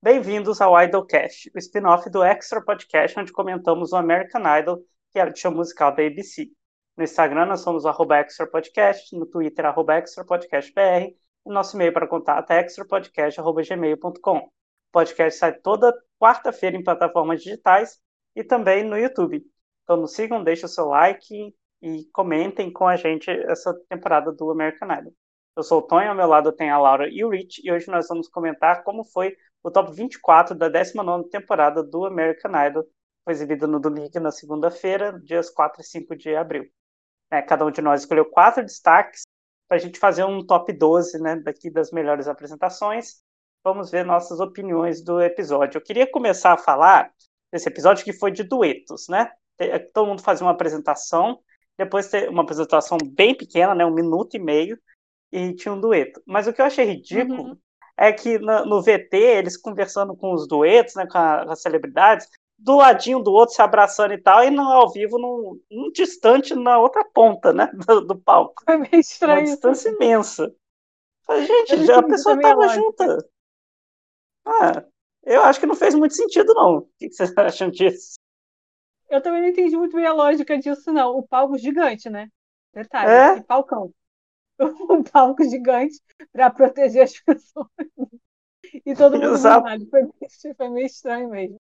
Bem-vindos ao Idolcast, o spin-off do Extra Podcast, onde comentamos o American Idol, que é o show musical da ABC. No Instagram, nós somos o @extrapodcast, no Twitter, @extrapodcastbr, e nosso e-mail para contato é extrapodcast@gmail.com. O podcast sai toda quarta-feira em plataformas digitais e também no YouTube. Então nos sigam, deixem o seu like e comentem com a gente essa temporada do American Idol. Eu sou o Tonho, ao meu lado tem a Laura e o Rich, e hoje nós vamos comentar como foi o top 24 da 19ª temporada do American Idol. Foi exibido no domingo e na segunda-feira, dias 4 e 5 de abril. Cada um de nós escolheu 4 destaques para a gente fazer um top 12, né, daqui das melhores apresentações. Vamos ver nossas opiniões do episódio. Eu queria começar a falar desse episódio que foi de duetos, né? Todo mundo fazia uma apresentação, depois uma apresentação bem pequena, né, 1 minuto e meio, e tinha um dueto. Mas o que eu achei ridículo é que no VT, eles conversando com os duetos, né, com as celebridades, do ladinho do outro, se abraçando e tal, e no, ao vivo, num distante, na outra ponta, né, do palco. Foi meio Uma estranho. distância imensa. Falei, Eu gente, não já a entendi pessoa também a estava lógica. junta. Eu acho que não fez muito sentido, não. O que vocês acham disso? Eu também não entendi muito bem a lógica disso, não. O palco gigante, né? Detalhe, que É, palcão. Um palco gigante para proteger as pessoas. E todo mundo vindo exato. lá. Foi meio estranho mesmo.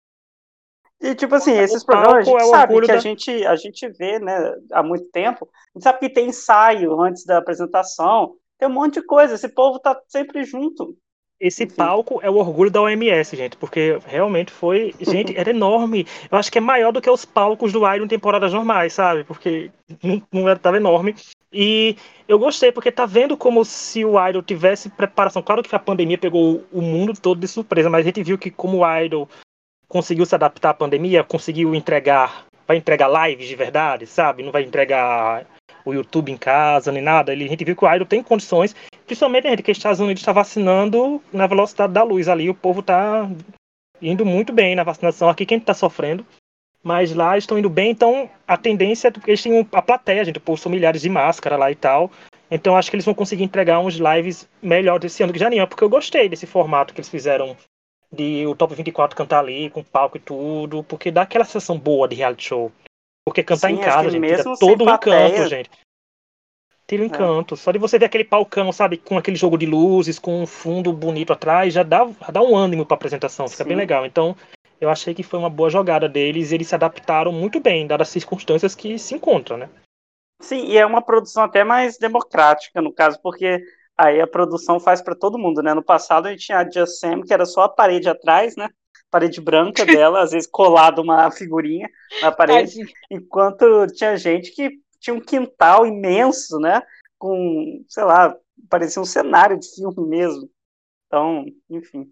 E, tipo assim, O esses programas a palco gente é o sabe orgulho que a da. gente, a gente vê, né, há muito tempo. A gente sabe que tem ensaio antes da apresentação. Tem um monte de coisa. Esse povo tá sempre junto. Esse Enfim. palco é o orgulho da OMS, gente, porque realmente foi. Gente, era enorme. Eu acho que é maior do que os palcos do Iron em temporadas normais, sabe? Porque não era, tava enorme. E eu gostei, porque tá vendo como se o Idol tivesse preparação. Claro que a pandemia pegou o mundo todo de surpresa, mas a gente viu que como o Idol conseguiu se adaptar à pandemia, conseguiu entregar, vai entregar lives de verdade, sabe? Não vai entregar o YouTube em casa, nem nada. A gente viu que o Idol tem condições, principalmente a gente que os Estados Unidos está vacinando na velocidade da luz ali, o povo está indo muito bem na vacinação. Aqui quem está sofrendo, mas lá estão indo bem, então a tendência é que eles têm a plateia, gente, o povo são milhares de máscara lá e tal. Então acho que eles vão conseguir entregar uns lives melhores esse ano que já nem é, porque eu gostei desse formato que eles fizeram de o Top 24 cantar ali, com palco e tudo, porque dá aquela sensação boa de reality show. Porque cantar em Sim, acho que casa, gente, tira mesmo sem todo o encanto, plateia, gente. Tira o né? encanto. Só de você ver aquele palcão, sabe, com aquele jogo de luzes, com um fundo bonito atrás, já dá um ânimo pra apresentação, fica bem Sim. legal. Então, eu achei que foi uma boa jogada deles e eles se adaptaram muito bem, dadas as circunstâncias que se encontram, né? Sim, e é uma produção até mais democrática, no caso, porque aí a produção faz para todo mundo, né? No passado a gente tinha a Just Sam, que era só a parede atrás, né? Parede branca dela, às vezes colado uma figurinha na parede, Tadinho. enquanto tinha gente que tinha um quintal imenso, né? Com, sei lá, parecia um cenário de filme mesmo. Então, enfim.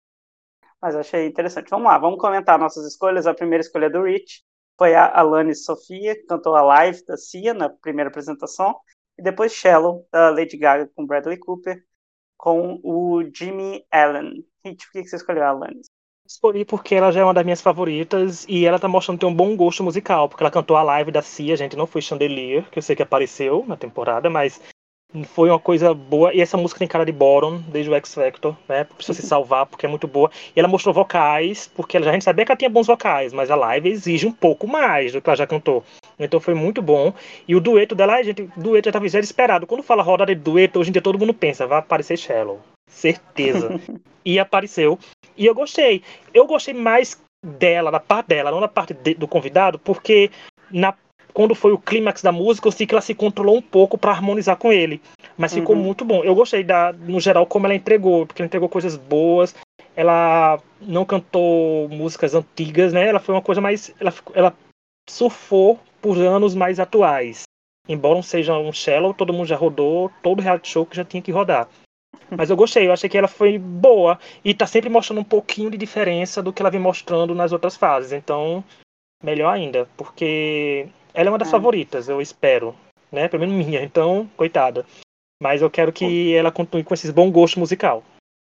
Mas achei interessante. Vamos lá, vamos comentar nossas escolhas. A primeira escolha do Rich foi a Alanis Sofia, que cantou a Live da Cia na primeira apresentação, e depois Shallow, da Lady Gaga com Bradley Cooper, com o Jimmy Allen. Rich, por que você escolheu a Alanis? Escolhi porque ela já é uma das minhas favoritas e ela tá mostrando ter um bom gosto musical, porque ela cantou a live da Cia, gente, não foi Chandelier, que eu sei que apareceu na temporada, mas foi uma coisa boa. E essa música tem cara de Bottom, desde o X Factor, né? Precisa se salvar, porque é muito boa. E ela mostrou vocais, porque a gente sabia que ela tinha bons vocais, mas a live exige um pouco mais do que ela já cantou. Então foi muito bom. E o dueto dela, gente, o dueto já estava esperado. Quando fala rodada de dueto, hoje em dia todo mundo pensa, vai aparecer Shallow. Certeza. E apareceu. E eu gostei. Eu gostei mais dela, da parte dela, não da parte do convidado, porque quando foi o clímax da música, eu sei que ela se controlou um pouco para harmonizar com ele. Mas ficou Uhum. muito bom. Eu gostei no geral, como ela entregou, porque ela entregou coisas boas. Ela não cantou músicas antigas, né? Ela foi uma coisa mais. Ela surfou por anos mais atuais. Embora não seja um Shallow, todo mundo já rodou, todo reality show que já tinha que rodar. Mas eu gostei, eu achei que ela foi boa. E tá sempre mostrando um pouquinho de diferença do que ela vem mostrando nas outras fases. Então, melhor ainda, porque ela é uma das É. favoritas, eu espero, né? Pelo menos minha, então, coitada. Mas eu quero que ela continue com esse bom gosto musical.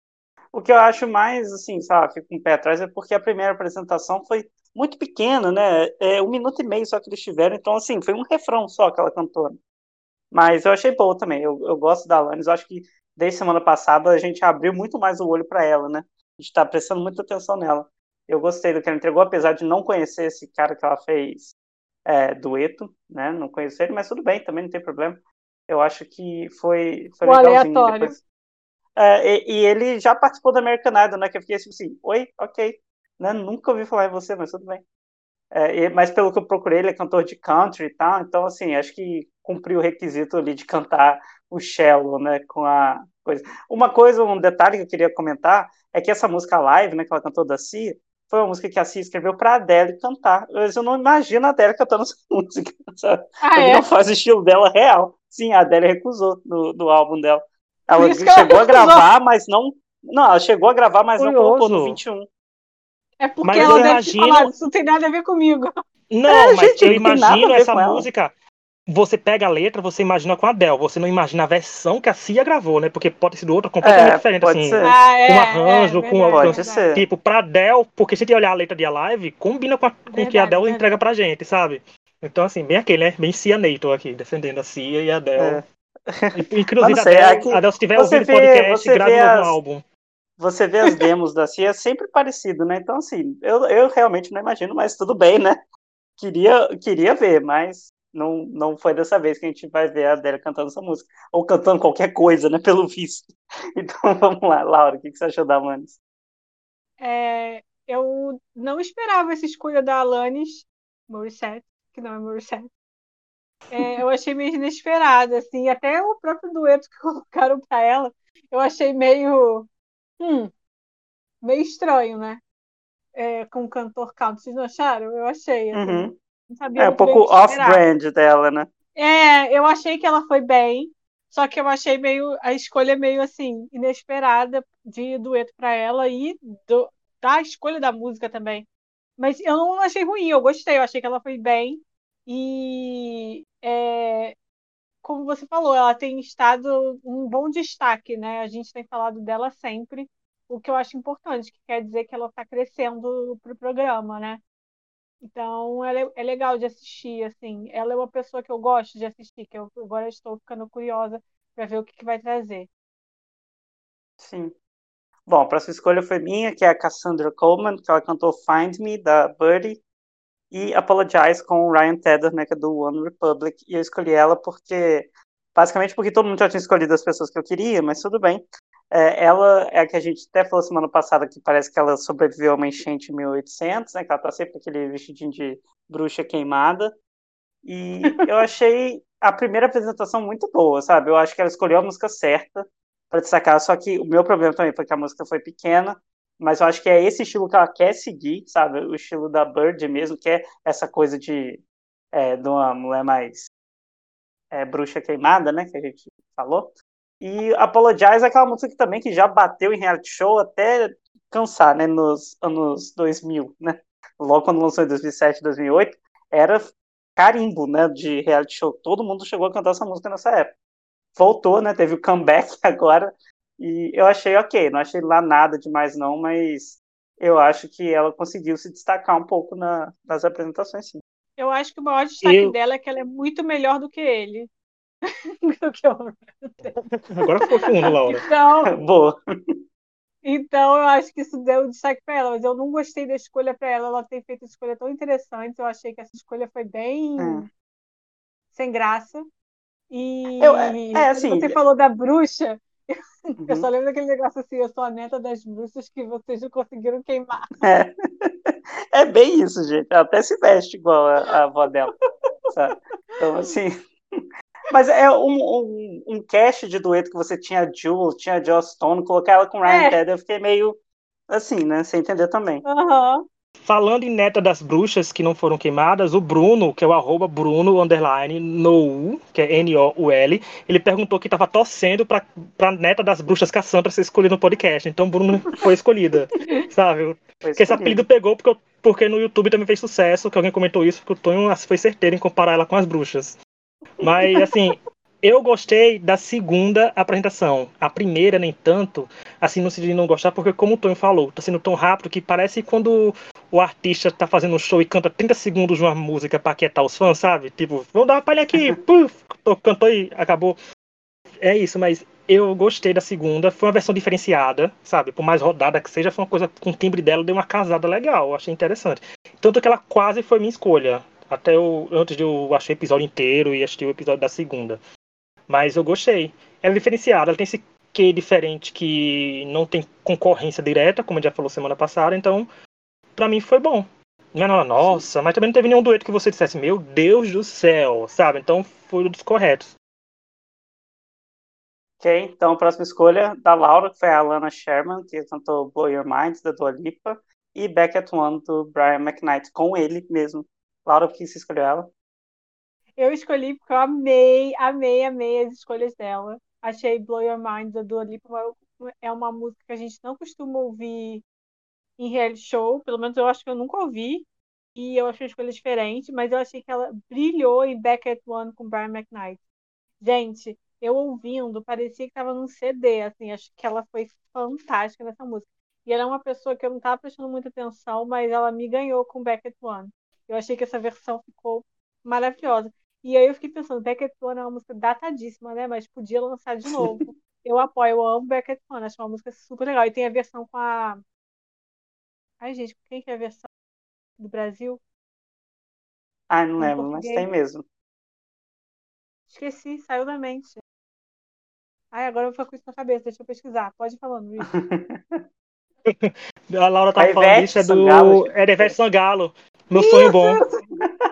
O que eu acho mais, assim, sabe, fico com o pé atrás, é porque a primeira apresentação foi muito pequena, né? 1 minuto e meio só que eles tiveram, então, assim, foi um refrão só que ela cantou. Mas eu achei boa também. Eu gosto da Alanis. Eu acho que desde semana passada a gente abriu muito mais o olho para ela, né? de estar prestando muita atenção nela. Eu gostei do que ela entregou, apesar de não conhecer esse cara que ela fez dueto, né? Não conheço ele, mas tudo bem, também não tem problema. Eu acho que foi O legalzinho. aleatório. Depois. E ele já participou da American Idol, né? Que eu fiquei assim, oi, ok. Né? Nunca ouvi falar em você, mas tudo bem. Mas pelo que eu procurei, ele é cantor de country e tal, então, assim, acho que cumpriu o requisito ali de cantar o Shallow, né, com a coisa. Um detalhe que eu queria comentar é que essa música live, né, que ela cantou da Cia, foi uma música que a Cia escreveu para a Adele cantar. Eu não imagino a Adele cantando essa música, sabe? Porque não faz o estilo dela real. Sim, a Adele recusou no álbum dela. Ela chegou a gravar, mas não... Não, ela chegou a gravar, mas não colocou no 21. É porque mas ela deve ter falado, isso não tem nada a ver comigo. Não, mas gente, eu imagino essa música. Você pega a letra, você imagina com a Adele, você não imagina a versão que a Cia gravou, né? Porque pode ser outra completamente diferente, pode assim. Ser. Com arranjo, pode ser. Tipo, pra Adele, porque se a gente olhar a letra de Alive, combina com o que a Adele entrega pra gente, sabe? Então, assim, bem aquele, né? Bem Cianator aqui, defendendo a Cia e a Adele. Inclusive, a Adele, se estiver ouvindo o podcast, grave um novo álbum. Você vê as demos da Cia, é sempre parecido, né? Então, assim, eu realmente não imagino, mas tudo bem, né? Queria ver, mas não foi dessa vez que a gente vai ver a Adele cantando essa música. Ou cantando qualquer coisa, né? Pelo visto. Então, vamos lá. Laura, o que você achou da Alanis? Eu não esperava essa escolha da Alanis Morissette, que não é Morissette. Eu achei meio inesperada, assim. Até o próprio dueto que colocaram pra ela, eu achei meio estranho, né? Com o cantor country. Vocês não acharam? Eu achei, assim. Não sabia um pouco off-brand dela, né? Eu achei que ela foi bem, só que eu achei a escolha meio, assim, inesperada de dueto para ela e da escolha da música também. Mas eu não achei ruim, eu gostei, eu achei que ela foi bem. E, como você falou, ela tem estado um bom destaque, né? A gente tem falado dela sempre, o que eu acho importante, que quer dizer que ela está crescendo pro programa, né? Então, ela é legal de assistir, assim. Ela é uma pessoa que eu gosto de assistir, que eu agora estou ficando curiosa para ver o que vai trazer. Sim. Bom, a próxima escolha foi minha, que é a Cassandra Coleman, que ela cantou Find Me, da Birdie, e Apologize com o Ryan Tedder, né, que é do One Republic, e eu escolhi ela basicamente porque todo mundo já tinha escolhido as pessoas que eu queria, mas tudo bem. Ela é a que a gente até falou semana passada, que parece que ela sobreviveu a uma enchente em 1800, né, que ela tá sempre com aquele vestidinho de bruxa queimada, e eu achei a primeira apresentação muito boa, sabe? Eu acho que ela escolheu a música certa para destacar, só que o meu problema também foi que a música foi pequena, mas eu acho que é esse estilo que ela quer seguir, sabe? O estilo da Bird mesmo, que é essa coisa de uma mulher mais bruxa queimada, né? Que a gente falou. E Apologize é aquela música também que já bateu em reality show até cansar, né? Nos anos 2000, né? Logo quando lançou em 2007, 2008, era carimbo, né? De reality show. Todo mundo chegou a cantar essa música nessa época. Voltou, né? Teve o comeback agora. E eu achei ok, não achei lá nada demais não, mas eu acho que ela conseguiu se destacar um pouco nas apresentações, sim. Eu acho que o maior destaque dela é que ela é muito melhor do que ele. Agora foi fundo, Laura. Então, boa. Então, eu acho que isso deu destaque para ela, mas eu não gostei da escolha para ela. Ela tem feito escolha tão interessante. Eu achei que essa escolha foi bem sem graça. E assim, você falou da bruxa, eu só lembro daquele negócio assim: eu sou a neta das bruxas que vocês não conseguiram queimar. É bem isso, gente. Ela até se veste igual a avó dela. Sabe? Então, assim. Mas é um cast de dueto que você tinha a Jewel, tinha a Joss Stone, colocar ela com o Ryan Tedder, eu fiquei meio assim, né? Sem entender também. Falando em neta das bruxas que não foram queimadas, o Bruno, que é o @Bruno_Noul, que é Noul, ele perguntou que estava torcendo pra neta das bruxas Cassandra ser escolhida no podcast. Então Bruno foi escolhida, sabe? Porque esse apelido pegou porque no YouTube também fez sucesso, que alguém comentou isso, porque o Tonho foi certeiro em comparar ela com as bruxas. Mas, assim, eu gostei da segunda apresentação. A primeira, nem tanto, assim, no sentido de não gostar, porque como o Tonho falou, tá sendo tão rápido que parece quando o artista tá fazendo um show e canta 30 segundos de uma música pra quietar os fãs, sabe? Tipo, vamos dar uma palha aqui, puf, cantou e acabou. É isso, mas eu gostei da segunda. Foi uma versão diferenciada, sabe? Por mais rodada que seja, foi uma coisa com o timbre dela, deu uma casada legal. Eu achei interessante. Tanto que ela quase foi minha escolha. Até antes de eu achar o episódio inteiro e assistir o episódio da segunda. Mas eu gostei. Ela é diferenciada, ela tem esse quê diferente que não tem concorrência direta, como a gente já falou semana passada. Então, pra mim foi bom. Não é nada, Sim. nossa, mas também não teve nenhum dueto que você dissesse, meu Deus do céu, sabe? Então foi um dos corretos. Ok, então a próxima escolha da Laura, que foi a Alana Sherman, que cantou Blow Your Mind, da Dua Lipa, e Back at One, do Brian McKnight, com ele mesmo. Laura, por que você escolheu ela? Eu escolhi porque eu amei, amei, amei as escolhas dela. Achei Blow Your Mind da Dua Lipa é uma música que a gente não costuma ouvir em reality show, pelo menos eu acho que eu nunca ouvi, e eu achei a escolha diferente, mas eu achei que ela brilhou em Back at One com Brian McKnight. Gente, eu ouvindo, parecia que estava num CD, assim, acho que ela foi fantástica nessa música. E ela é uma pessoa que eu não estava prestando muita atenção, mas ela me ganhou com Back at One. Eu achei que essa versão ficou maravilhosa. E aí eu fiquei pensando, Back at One é uma música datadíssima, né? Mas podia lançar de novo. Eu apoio, eu amo Back at One, acho uma música super legal. E tem a versão com a. Ai, gente, quem que é a versão do Brasil? Ah, não Em lembro, mas tem português? mesmo. Esqueci, saiu da mente. Ai, agora eu vou com isso na cabeça, deixa eu pesquisar. Pode ir falando, Luiz. A Laura A tava falando Ivete isso, é Sangalo, do. gente. É da Ivete Sangalo. Meu sonho Isso, bom. isso.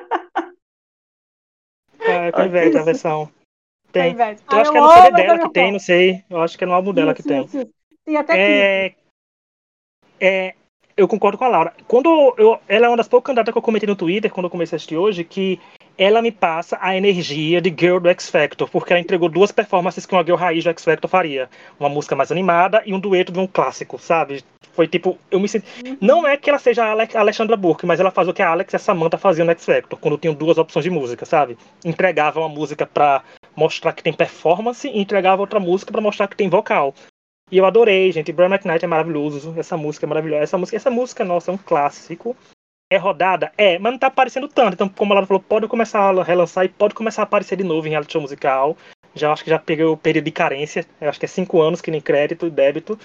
É com a Ok. Ivete a versão. Com a Tem. Ivete. Eu Ai, acho que eu é no CD amo essa dela que tem, versão. não sei. Eu acho que é no álbum dela que Isso, tem. isso, isso. Tem até clipe. É, é, eu concordo com a Laura. Ela é uma das poucas candidatas que eu comentei no Twitter, quando eu comecei a assistir hoje, que ela me passa a energia de Girl do X Factor, porque ela entregou duas performances que uma Girl raiz do X Factor faria. Uma música mais animada e um dueto de um clássico, sabe? Foi tipo, eu me senti. Não Uhum. é que ela seja a Alexandra Burke, mas ela faz o que a Alex e a Samantha faziam no X Factor, quando tinham duas opções de música, sabe? Entregava uma música pra mostrar que tem performance e entregava outra música pra mostrar que tem vocal. E eu adorei, gente. Brian McKnight é maravilhoso. Essa música é maravilhosa. Essa música, nossa, é um clássico. É rodada? É, mas não tá aparecendo tanto. Então, como ela falou, pode começar a relançar e pode começar a aparecer de novo em reality show musical. Já acho que já peguei o período de carência. Eu acho que é 5 anos que nem crédito e débito.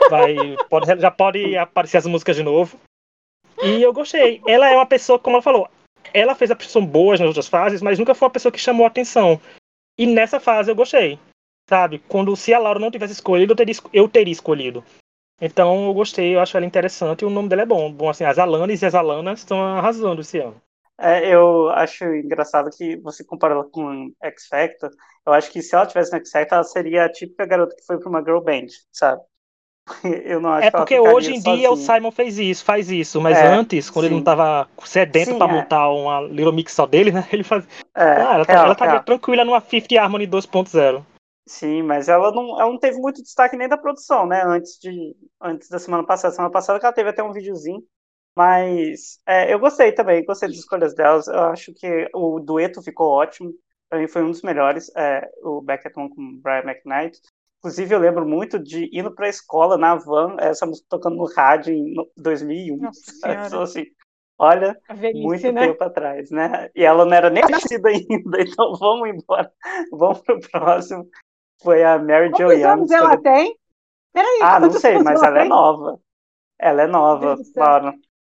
Já pode aparecer as músicas de novo. E eu gostei. Ela é uma pessoa, como ela falou, ela fez apresentações boas nas outras fases, mas nunca foi uma pessoa que chamou a atenção. E nessa fase eu gostei. Sabe? Quando se a Laura não tivesse escolhido, eu teria escolhido. Então eu gostei, eu acho ela interessante e o nome dela é bom. Bom, assim, as Alanis e as Alanas estão arrasando esse ano. Eu acho engraçado que você compara ela com X Factor. Eu acho que se ela tivesse no X Factor, ela seria a típica garota que foi para uma girl band, sabe? Eu não acho É que ela porque ficaria hoje em dia o sozinha. Simon faz isso, mas É, antes, quando ele não sim. tava sedento Sim, pra montar uma Little Mix só dele, né? Ele faz. Ah, ela real, estaria real. tranquila numa Fifth Harmony 2.0. Sim, mas ela não teve muito destaque nem da produção, né? Antes da semana passada. Semana passada que ela teve até um videozinho. Mas eu gostei também, gostei das escolhas delas. Eu acho que o dueto ficou ótimo. Para mim foi um dos melhores, o Beckett com o Brian McKnight. Inclusive, eu lembro muito de indo para a escola na van, essa música tocando no rádio em 2001. Nossa Então, Senhora. assim, olha, A velhice, muito né? tempo atrás, né? E ela não era nem nascida ainda, então vamos embora. Vamos pro próximo. Foi a Mary Jo Quantos Young, anos ela escolheu. tem? Peraí, Ah, não quantos sei, anos mas ela ela é tem? nova. Ela é Meu Deus nova, do céu. Laura.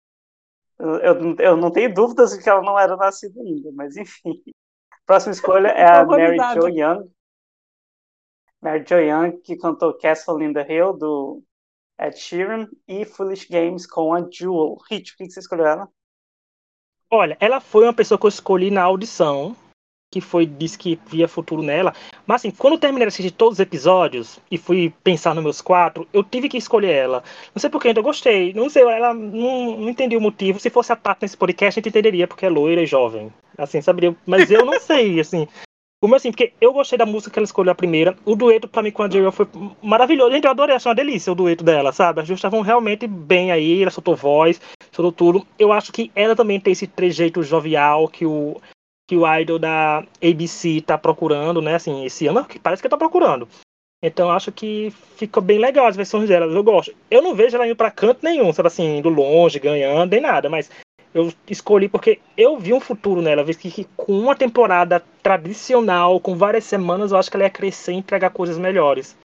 Eu não tenho dúvidas de que ela não era nascida ainda, mas enfim. Próxima escolha é Eu tô a Mary Jo horrorizada. Young. Mary Jo Young, que cantou Castle in the Hill, do Ed Sheeran, e Foolish Games com a Jewel. Hit, por que você escolheu ela? Olha, ela foi uma pessoa que eu escolhi na audição, que disse que via futuro nela. Mas assim, quando eu terminei de assistir todos os episódios e fui pensar nos meus quatro, eu tive que escolher ela. Não sei por que, eu gostei. Não sei, ela não entendi o motivo. Se fosse a Tati nesse podcast, a gente entenderia, porque é loira e jovem. Assim, saberia. Mas eu não sei, assim. Como assim? Porque eu gostei da música que ela escolheu a primeira. O dueto pra mim com a J.L. foi maravilhoso. Gente, eu adorei, achei uma delícia o dueto dela, sabe? As duas estavam realmente bem aí, ela soltou voz, soltou tudo. Eu acho que ela também tem esse trejeito jovial que o idol da ABC tá procurando, né? Assim, esse ano que parece que tá procurando. Então eu acho que fica bem legal as versões delas, eu gosto. Eu não vejo ela indo pra canto nenhum, sabe assim, indo longe, ganhando, nem nada, mas eu escolhi porque eu vi um futuro nela, vi que com uma temporada tradicional, com várias semanas, eu acho que ela ia crescer e entregar coisas melhores.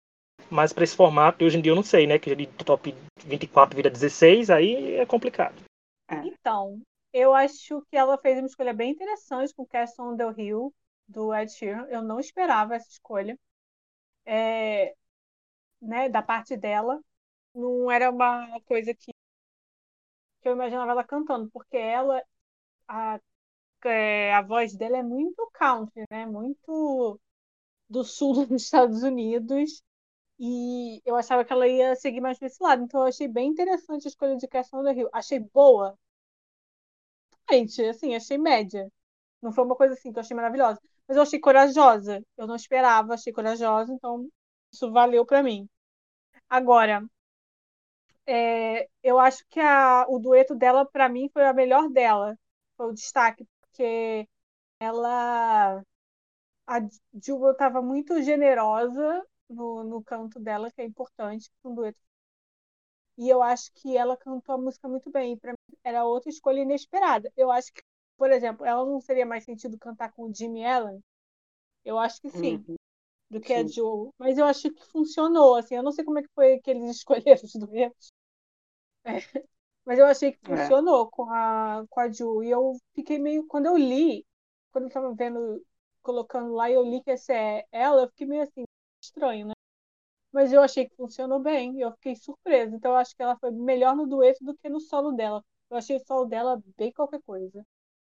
mas para esse formato, hoje em dia eu não sei, né? Que de top 24 vira 16, aí é complicado. Então, eu acho que ela fez uma escolha bem interessante com Castle on the Hill, do Ed Sheeran. Eu não esperava essa escolha, né, da parte dela. Não era uma coisa que eu imaginava ela cantando, porque a, a voz dela é muito country, né? Muito do sul dos Estados Unidos. E eu achava que ela ia seguir mais para esse lado. Então eu achei bem interessante a escolha de Castle on the Hill. Achei boa. Gente, assim, achei média. Não foi uma coisa assim que eu achei maravilhosa. Mas eu achei corajosa. Eu não esperava, achei corajosa, então isso valeu para mim. Agora, eu acho que o dueto dela, para mim, foi a melhor dela. Foi o destaque, porque ela. A Jewel estava muito generosa no canto dela, que é importante para um dueto. E eu acho que ela cantou a música muito bem. Para mim, era outra escolha inesperada. Eu acho que, por exemplo, ela não seria mais sentido cantar com o Jimmy Allen? Eu acho que sim, Uhum, do que a sim. Jewel. Mas eu acho que funcionou. Assim, eu não sei como é que foi que eles escolheram os duetos. Mas eu achei que É. funcionou com a Ju. E eu fiquei meio. Quando eu li, quando eu tava vendo, colocando lá, e eu li que essa é ela, eu fiquei meio assim, estranho, né? Mas eu achei que funcionou bem. Eu fiquei surpresa. Então eu acho que ela foi melhor no dueto do que no solo dela. Eu achei o solo dela bem qualquer coisa.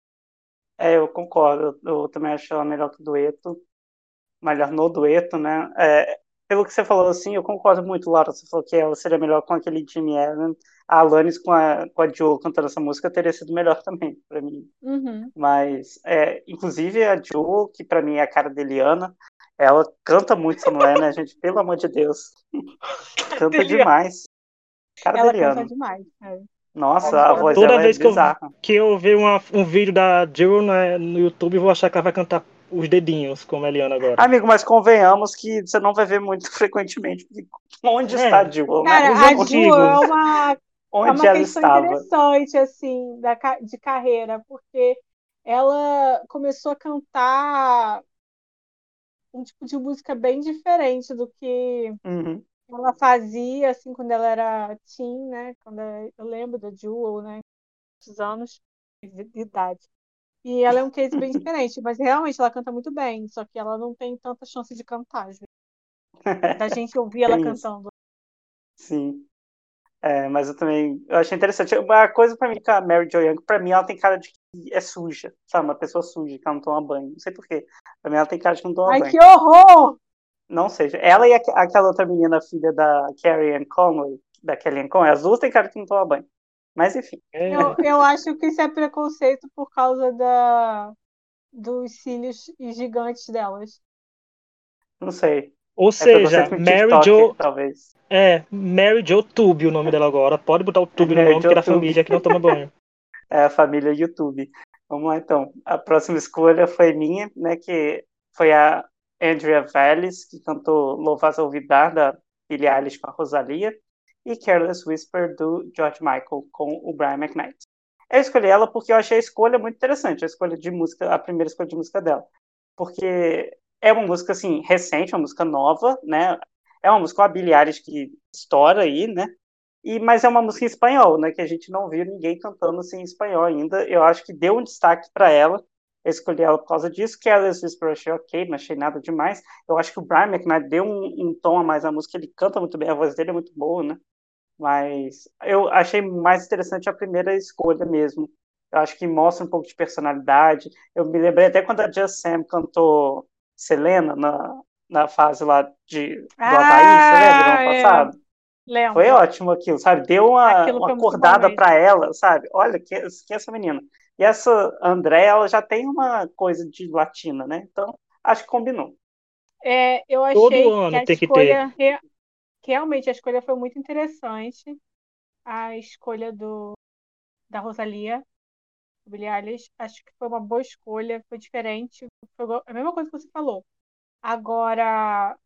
Eu concordo. Eu também acho ela melhor que o dueto. Melhor no dueto, né? Pelo que você falou, assim, eu concordo muito, Laura. Você falou que ela seria melhor com aquele Jimmy Allen. A Alanis com a Joe cantando essa música teria sido melhor também, para mim. Uhum. Mas, inclusive, a Joe, que para mim é a cara de Eliana, ela canta muito, se não é, né, gente? Pelo amor de Deus. Canta demais. Cara de Ela canta Eliana. demais. Nossa, a Concordo. voz Toda dela é vez bizarra. que eu ver um vídeo da Jill no YouTube, eu vou achar que ela vai cantar os dedinhos, como a Eliana agora. Amigo, mas convenhamos que você não vai ver muito frequentemente. Onde está a É, Jill, né? os Cara, a Ju é antigos. Onde uma ela questão estava? interessante, assim, de carreira, porque ela começou a cantar um tipo de música bem diferente do que Uhum. ela fazia, assim, quando ela era teen, né? Eu lembro da Jewel, né? Muitos anos de idade. E ela é um case bem diferente, mas realmente ela canta muito bem, só que ela não tem tanta chance de cantar, às vezes, da gente ouvir ela Tem isso. cantando. Sim. Mas eu achei interessante. Uma coisa pra mim com a Mary Jo Young, pra mim ela tem cara de que é suja, sabe? Uma pessoa suja que ela não toma banho. Não sei por quê. Pra mim ela tem cara de que não toma Ai, banho. que horror! Não seja. Ela e aquela outra menina, filha da Carrie Ann Conway, da Kellyanne Conway, as duas têm cara de que não toma banho. Mas enfim, Eu acho que isso é preconceito por causa dos cílios gigantes delas. não sei. Ou É preconceito seja, com TikTok, talvez. Mary Jo Tube o nome dela agora. Pode botar o É Tube no Mary nome, que é Jo da Tube. família que não toma banho. É a família YouTube. Vamos lá, então. A próxima escolha foi minha, né, que foi a Andrea Valles, que cantou Louvas Olvidar, da Billie Eilish com a Rosalia, e Careless Whisper, do George Michael, com o Brian McKnight. Eu escolhi ela porque eu achei a escolha muito interessante, a escolha de música, a primeira escolha de música dela. Porque é uma música, assim, recente, uma música nova, né, é uma música com a Billie Eilish que estoura aí, né, mas é uma música em espanhol, né? Que a gente não viu ninguém cantando assim em espanhol ainda. Eu acho que deu um destaque para ela. Eu escolhi ela por causa disso. Careless Whisper eu achei ok, não achei nada demais. Eu acho que o Brian McKnight deu um tom a mais à música. Ele canta muito bem, a voz dele é muito boa, né? Mas eu achei mais interessante a primeira escolha mesmo. Eu acho que mostra um pouco de personalidade. Eu me lembrei até quando a Just Sam cantou Selena na fase lá do Havaí, você lembra, do ano Ah, é. passado? Foi Lembro. ótimo aquilo, sabe? Deu Aquilo uma foi muito bom acordada mesmo. para ela, sabe? Olha, que essa menina. E essa André, ela já tem uma coisa de latina, né? Então, acho que combinou. Eu Todo achei que ano a tem que ter. escolha, realmente a escolha foi muito interessante. A escolha da Rosalia, do Billie Eilish, acho que foi uma boa escolha, foi diferente. Foi a mesma coisa que você falou. Agora,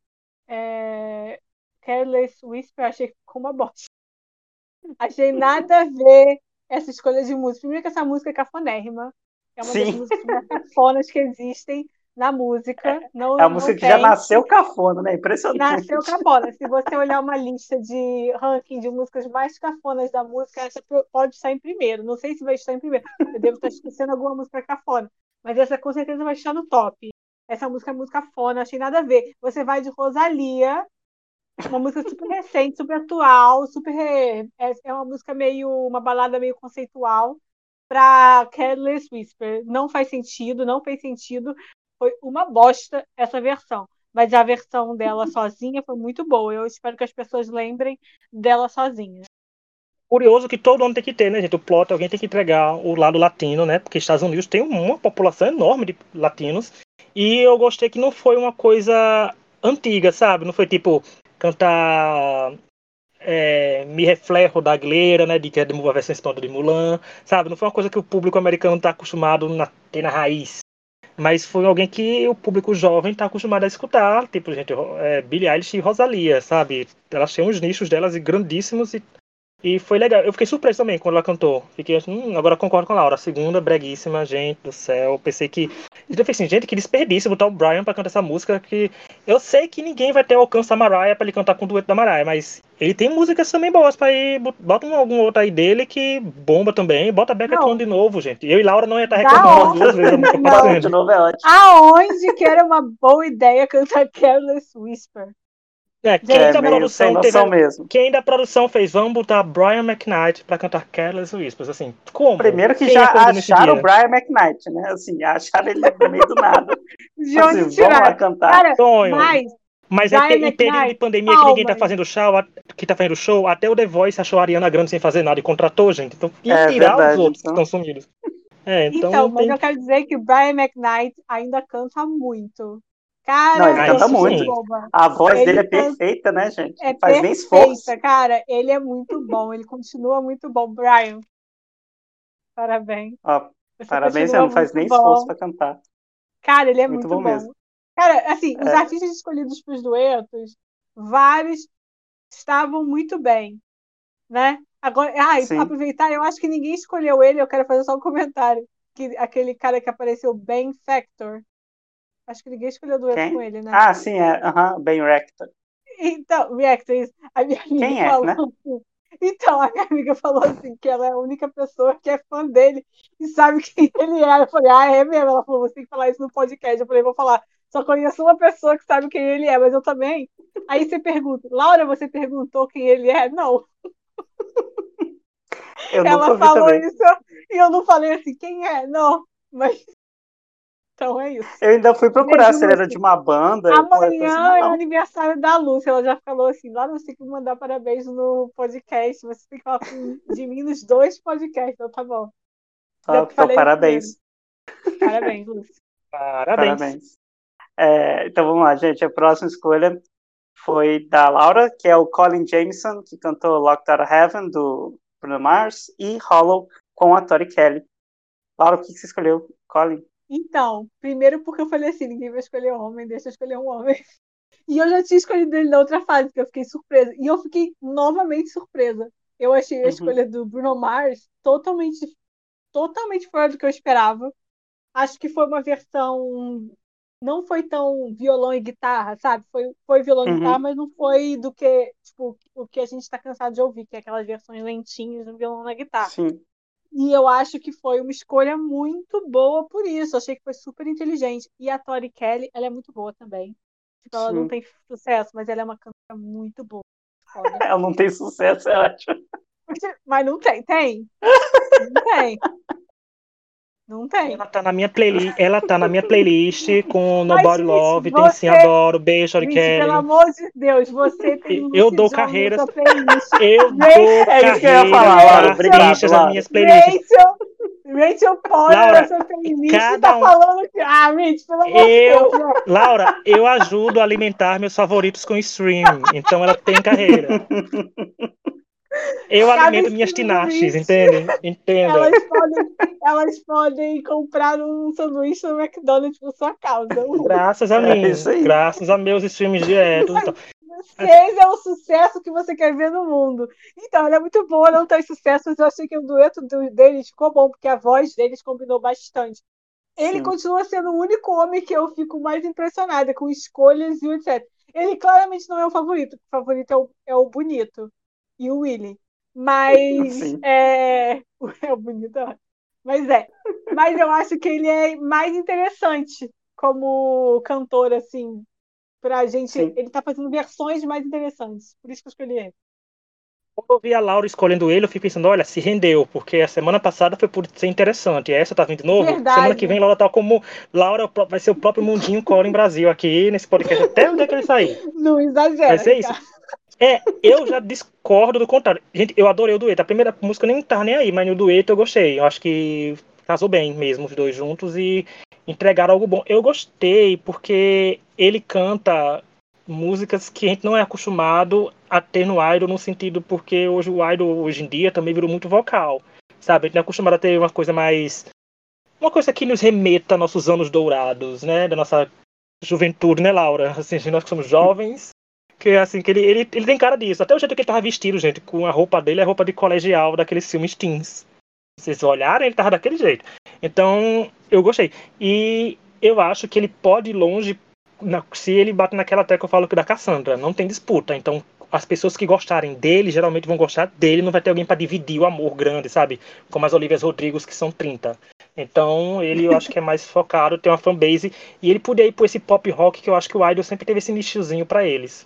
Careless Whisper, eu achei que ficou uma bosta. Achei nada a ver essa escolha de música. Primeiro que essa música é cafonérrima. É uma das Sim, músicas mais cafonas que existem. na música. Não, É a não música que já tem. nasceu cafona, né? Impressionante. Nasceu cafona. Se você olhar uma lista de ranking de músicas mais cafonas da música, essa pode estar em primeiro. Não sei se vai estar em primeiro. Eu devo estar esquecendo alguma música cafona. Mas essa com certeza vai estar no top. Essa música é música cafona, achei nada a ver. Você vai de Rosalía, uma música super recente, super atual, é uma música meio, uma balada meio conceitual, pra Careless Whisper. Não faz sentido, não fez sentido. Foi uma bosta essa versão. Mas a versão dela sozinha foi muito boa. Eu espero que as pessoas lembrem dela sozinha. Curioso que todo ano tem que ter, né, gente? O plot, alguém tem que entregar o lado latino, né? Porque Estados Unidos tem uma população enorme de latinos. E eu gostei que não foi uma coisa antiga, sabe? Não foi tipo cantar Me Reflejo da Aguilera, né? De que é a versão espantosa de Mulan, sabe? Não foi uma coisa que o público americano tá acostumado a ter na raiz. Mas foi alguém que o público jovem tá acostumado a escutar, tipo, gente, Billie Eilish e Rosalía, sabe? Elas têm uns nichos delas grandíssimos e foi legal. Eu fiquei surpreso também quando ela cantou. Fiquei assim, agora eu concordo com a Laura. A segunda, breguíssima, gente do céu. Pensei que. Eu pensei assim, gente, que desperdício botar o Brian pra cantar essa música. Que eu sei que ninguém vai ter o alcance da Mariah pra ele cantar com o dueto da Mariah, mas ele tem músicas também boas pra ir. Bota algum outro aí dele que bomba também. Bota Beckett Não, One de novo, gente. Eu e Laura não ia estar da reclamando onde? duas vezes a música Não. De passando. novo é ótimo. Aonde que era uma boa ideia cantar Careless Whisper? Quem É da Gente, meio sem produção noção mesmo. Quem da produção fez? Vamos botar Brian McKnight pra cantar Careless Whispers. Assim, como? Primeiro que Quem já acordou nesse acharam o dia? Brian McKnight, né? Assim, acharam ele no meio do nada. de Assim, onde vamos lá tiraram? cantar. Cara, Sonho. mas Mas Brian em período de McKnight, pandemia que ninguém tá palmas. fazendo show, até o The Voice achou a Ariana Grande sem fazer nada e contratou, gente. Então ia É tirar os verdade. outros que Então, estão sumidos. Então Então, não mas tem. eu quero dizer que o Brian McKnight ainda canta muito. não, Cara, ele Ah, canta isso eu sou muito. sim. boba. A voz dele Ele é perfeita, né, gente? é Não faz nem esforço. perfeita, cara. Ele é muito bom. Ele continua muito bom. Brian, parabéns. Ó, Você parabéns, você continua não faz muito nem esforço bom. para cantar. Cara, ele é Muito muito bom mesmo. bom. Cara, assim, os É, artistas escolhidos para os duetos, vários estavam muito bem, né? Agora, sim. aproveitar, eu acho que ninguém escolheu ele, eu quero fazer só um comentário. Que, aquele cara que apareceu, Ben Factor. Acho que ninguém escolheu dueto com Quem? ele, né? Ah, sim, é. Ben Rector. Então, Reactors, a minha amiga Quem é, falou né? assim. Então, a minha amiga falou assim que ela é a única pessoa que é fã dele e sabe quem ele é. Eu falei, é mesmo? Ela falou, você tem que falar isso no podcast. Eu falei, vou falar. Só conheço uma pessoa que sabe quem ele é, mas eu também. Aí você pergunta, Laura, você perguntou quem ele é? Não. Eu nunca Ela ouvi falou também. isso e eu não falei assim, quem é? Não. Mas então é isso. Eu ainda fui procurar Beijo, se ele era Lúcia. de uma banda. Eu falei assim, Amanhã mas é não. aniversário da Lúcia. Ela já falou assim: lá você tem que mandar parabéns no podcast. Você tem que falar de mim nos dois podcasts. Então tá bom. Já Então, falei no primeiro. parabéns. Parabéns, Lúcia. Parabéns. Parabéns. Então vamos lá, gente. A próxima escolha foi da Laura, que é o Colin Jameson, que cantou Locked Out of Heaven, do Bruno Mars, e Hollow, com a Tori Kelly. Laura, o que você escolheu? Colin? Então, primeiro porque eu falei assim: ninguém vai escolher um homem, deixa eu escolher um homem. E eu já tinha escolhido ele na outra fase, que eu fiquei surpresa. E eu fiquei novamente surpresa. Eu achei a Uhum. escolha do Bruno Mars totalmente fora do que eu esperava. Acho que foi uma versão. Não foi tão violão e guitarra, sabe? Foi violão e guitarra, Uhum. mas não foi do que, tipo, o que a gente está cansado de ouvir, que é aquelas versões lentinhas do violão na guitarra. Sim. E eu acho que foi uma escolha muito boa por isso. Achei que foi super inteligente. E a Tori Kelly, ela é muito boa também. Tipo, ela não Sim. tem sucesso, mas ela é uma cantora muito boa. Foda. Ela não tem sucesso, eu acho. Mas não tem, tem? Não tem. Não tem. Ela tá na minha playlist com Mas, Nobody gente, Love, tem Sim Adoro, Beijo, Tori gente, pelo Kelly. amor de Deus, você tem o Eu Lucy dou John na carreiras, sua playlist. eu dou É isso que eu ia carreira falar, para Laura. Obrigado, artistas nas Laura. minhas playlists. Rachel Porter na Laura, sua playlist e tá cada um. falando que. Ah, gente, pelo amor de Deus, né? Laura, eu ajudo a alimentar meus favoritos com stream, então ela tem carreira. Eu Cada alimento minhas stream do tinastes, Rich, entende? Entenda. elas podem comprar um sanduíche no McDonald's por sua causa. Graças a É mim, isso aí. graças a meus streams diretos e tal. Vocês é o sucesso que você quer ver no mundo. Então, ela é muito boa, não tem sucesso, mas eu achei que o dueto deles ficou bom, porque a voz deles combinou bastante. ele Sim, continua sendo o único homem que eu fico mais impressionada com escolhas e etc. Ele claramente não é o favorito. O favorito é o Bonito e o Willie. Mas sim, é o Bonito, mas é. Mas eu acho que ele é mais interessante como cantor, assim, pra gente. sim. Ele tá fazendo versões mais interessantes. Por isso que eu escolhi ele. Quando eu vi a Laura escolhendo ele, eu fiquei pensando, olha, se rendeu, porque a semana passada foi por ser interessante. E essa tá vindo de novo. Semana que Verdade. vem, Laura tá como. Laura vai ser o próprio Mundinho Colin Brasil aqui nesse podcast até o dia que ele sair. Não Vai exagera, ser isso. Ricardo. Eu já discordo do contrário. Gente, eu adorei o dueto. A primeira música eu nem tava nem aí, mas no dueto eu gostei. Eu acho que casou bem mesmo os dois juntos e entregaram algo bom. Eu gostei porque ele canta músicas que a gente não é acostumado a ter no idol, no sentido porque hoje o idol hoje em dia também virou muito vocal. Sabe? A gente não é acostumado a ter uma coisa mais. Uma coisa que nos remeta a nossos anos dourados, né? Da nossa juventude, né, Laura? Assim, nós que somos jovens que assim, que ele tem cara disso. Até o jeito que ele tava vestido, gente, com a roupa dele é roupa de colegial daqueles filmes teens. Se vocês olharem, ele tava daquele jeito. Então, eu gostei. E eu acho que ele pode ir longe se ele bate naquela tecla que eu falo que da Cassandra. Não tem disputa. Então, as pessoas que gostarem dele geralmente vão gostar dele. Não vai ter alguém para dividir o amor grande, sabe? Como as Olivias Rodrigos, que são 30. Então, ele eu acho que é mais focado, tem uma fanbase. E ele podia ir por esse pop rock que eu acho que o Idol sempre teve esse nichozinho para eles.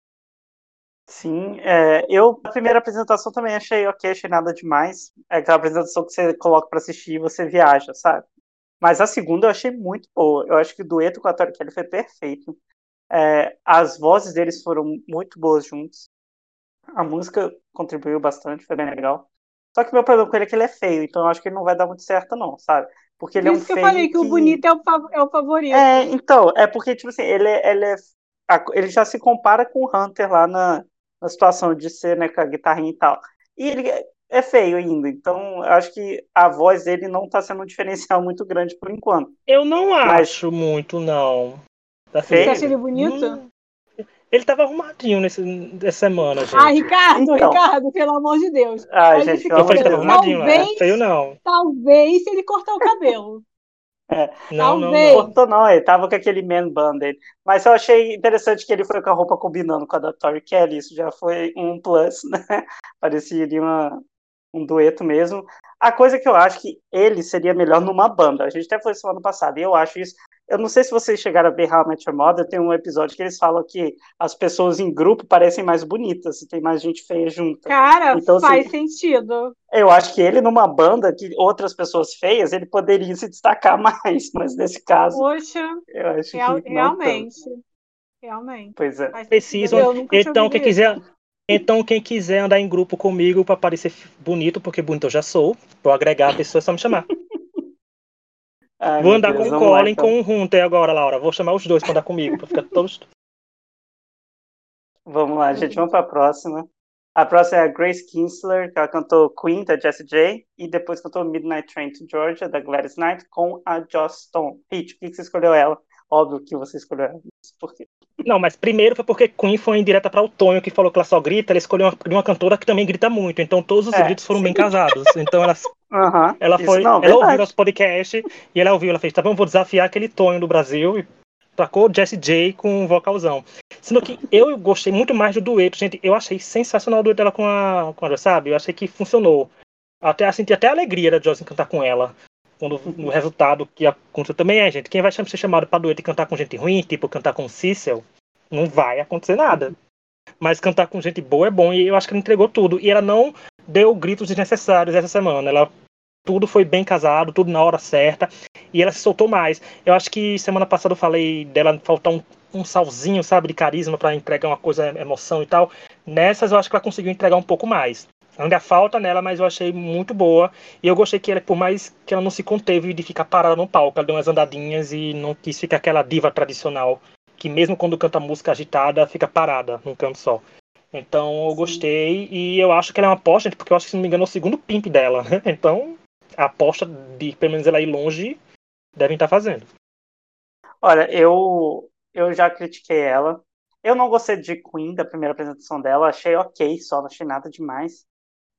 Sim, eu a primeira apresentação também achei ok, achei nada demais. É aquela apresentação que você coloca pra assistir e você viaja, sabe? Mas a segunda eu achei muito boa. Eu acho que o dueto com a Tori Kelly foi perfeito. As vozes deles foram muito boas juntos. A música contribuiu bastante, foi bem legal. Só que o meu problema com ele é que ele é feio, então eu acho que ele não vai dar muito certo, não, sabe? Porque ele Por é um isso que eu falei feio que o que. Bonito é o favorito. Então, é porque, tipo assim, ele já se compara com o Hunter lá na situação de ser, né, com a guitarrinha e tal. E ele é feio ainda, então eu acho que a voz dele não tá sendo um diferencial muito grande por enquanto. Eu não Mas acho muito, não. Assim, Você acha feio? ele bonito? ele tava arrumadinho nessa semana, Ah, gente. Ricardo, Então, Ricardo, pelo amor de Deus. ai, Olha gente, esse pelo Eu amor falei de que tava cabelo. Deus, né? arrumadinho, não é feio, não. Talvez se ele cortar o cabelo. É, Não, não, não. Talvez. cortou não, ele tava com aquele man bun dele. Mas eu achei interessante que ele foi com a roupa combinando com a da Tori Kelly, isso já foi um plus, né? Parecia ali um dueto mesmo. A coisa que eu acho que ele seria melhor numa banda. A gente até foi isso ano passado, e eu acho isso. Eu não sei se vocês chegaram a ver How I Met Your Mother, tem um episódio que eles falam que as pessoas em grupo parecem mais bonitas, se tem mais gente feia junta. Cara, Então, assim, faz sentido. eu acho que ele numa banda que outras pessoas feias, ele poderia se destacar mais, mas nesse caso, Poxa, eu acho que não tanto. realmente. Realmente. Pois é. Faz sentido. Precisam. Eu nunca tinha Então, ouvido quem isso. quiser. Então, quem quiser andar em grupo comigo pra parecer bonito, porque bonito eu já sou, vou agregar a pessoa, é só me chamar. Ai, Vou meu andar Deus, com o vamos lá Colin então. com o Hunter agora, Laura. Vou chamar os dois pra andar comigo, pra ficar todos. Vamos lá, Meu gente, Deus. vamos para a próxima. A próxima é a Grace Kinsler, que ela cantou Queen, da Jessie J, e depois cantou Midnight Train to Georgia, da Gladys Knight, com a Joss Stone. Pete, por que você escolheu ela? Óbvio que você escolheu ela. Por quê? Não, mas primeiro foi porque Queen foi indireta para o Tonho, que falou que ela só grita. Ela escolheu uma cantora que também grita muito. Então todos os gritos foram bem Sim. casados. Então Aham, ela isso foi, não, ela ouviu nosso verdade. podcast e ela ouviu, ela fez, tá bom, vou desafiar aquele Tonho do Brasil e tacou Jessie J com um vocalzão. Sendo que eu gostei muito mais do dueto, gente. Eu achei sensacional o dueto dela com a, sabe? Eu achei que funcionou. Até senti até a alegria da Joyce em cantar com ela. Quando no resultado que aconteceu também é, gente, quem vai ser chamado pra dueto e cantar com gente ruim, tipo cantar com Cecil, não vai acontecer nada. Mas cantar com gente boa é bom e eu acho que ela entregou tudo. E ela não deu gritos desnecessários essa semana. Tudo foi bem casado, tudo na hora certa. E ela se soltou mais. Eu acho que semana passada eu falei dela faltar um salzinho, sabe, de carisma para entregar uma coisa, emoção e tal. Nessas eu acho que ela conseguiu entregar um pouco mais. Ainda falta nela, mas eu achei muito boa. E eu gostei que ela, por mais que ela não se conteve de ficar parada no palco, ela deu umas andadinhas e não quis ficar aquela diva tradicional, que mesmo quando canta música agitada, fica parada num canto só. Então eu Sim. gostei e eu acho que ela é uma aposta, porque eu acho que, se não me engano, é o segundo pimp dela. Então, a aposta de pelo menos ela ir longe, devem estar fazendo. Olha, eu já critiquei ela. Eu não gostei de Queen, da primeira apresentação dela. Achei ok, só não achei nada demais.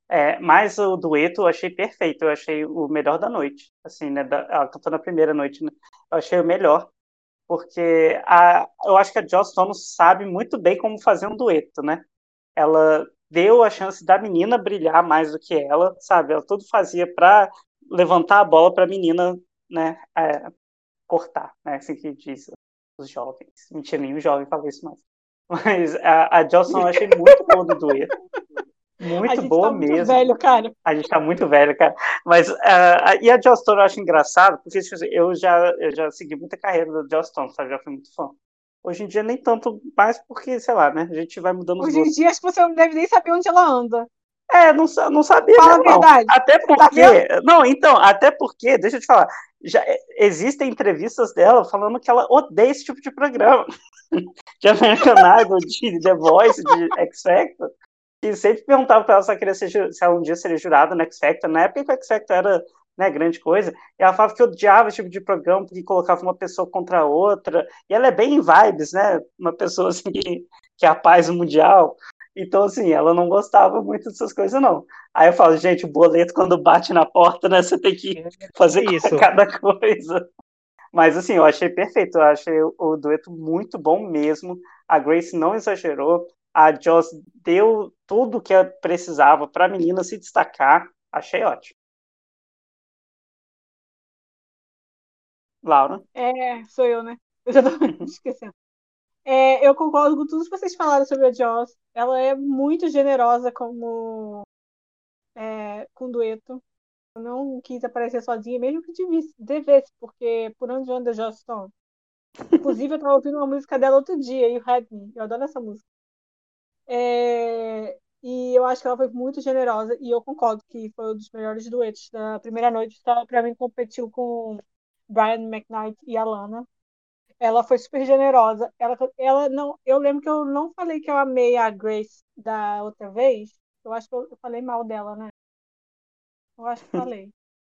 Mas o dueto eu achei perfeito, eu achei o melhor da noite, assim, né? Ela cantou na primeira noite, né? Eu achei o melhor, porque eu acho que a Joss Stone sabe muito bem como fazer um dueto, né? Ela deu a chance da menina brilhar mais do que ela, sabe? Ela tudo fazia para levantar a bola para a menina, né? Cortar, né? Assim que diz os jovens. Mentira, nenhum jovem fala isso mais. Mas a Joss Stone eu achei muito boa do dueto, A muito gente boa tá muito mesmo. velho, cara. A gente tá muito velho, cara. Mas, e a Joss Stone eu acho engraçado, porque tipo assim, eu já segui muita carreira da Joss Stone, sabe? Já fui muito fã. Hoje em dia nem tanto mais porque, sei lá, né? A gente vai mudando os Hoje em gostos. dia, acho que você não deve nem saber onde ela anda. Não sabia Fala a mesmo, não. verdade. Até Tá vendo? porque. Não, então, até porque, deixa eu te falar, já existem entrevistas dela falando que ela odeia esse tipo de programa. De American Idol, de The Voice, de X Factor. E sempre perguntava pra ela se ela queria se ela um dia seria jurada no X Factor. Na época que o X Factor era, né, grande coisa. E ela falava que odiava esse tipo de programa porque colocava uma pessoa contra a outra. E ela é bem em vibes, né? Uma pessoa assim que é a paz mundial. Então, assim, ela não gostava muito dessas coisas, não. Aí eu falo, gente, o boleto quando bate na porta, né? Você tem que É fazer isso. cada coisa. Mas assim, eu achei perfeito, eu achei o dueto muito bom mesmo. A Grace não exagerou, a Joss deu tudo que ela precisava para a menina se destacar. Achei ótimo. Laura? Sou eu, né? Eu já tô esquecendo. Eu concordo com tudo que vocês falaram sobre a Joss. Ela é muito generosa com dueto. Eu não quis aparecer sozinha, mesmo que devesse, porque por onde anda a Joss Stone? Inclusive, eu tava ouvindo uma música dela outro dia, You Had Me. Eu adoro essa música. E eu acho que ela foi muito generosa, e eu concordo que foi um dos melhores duetos da primeira noite. Ela, pra mim, competiu com Brian McKnight e Alana. Ela foi super generosa. Ela não, eu lembro que eu não falei que eu amei a Grace da outra vez. Eu acho que eu falei mal dela, né? Eu acho que falei.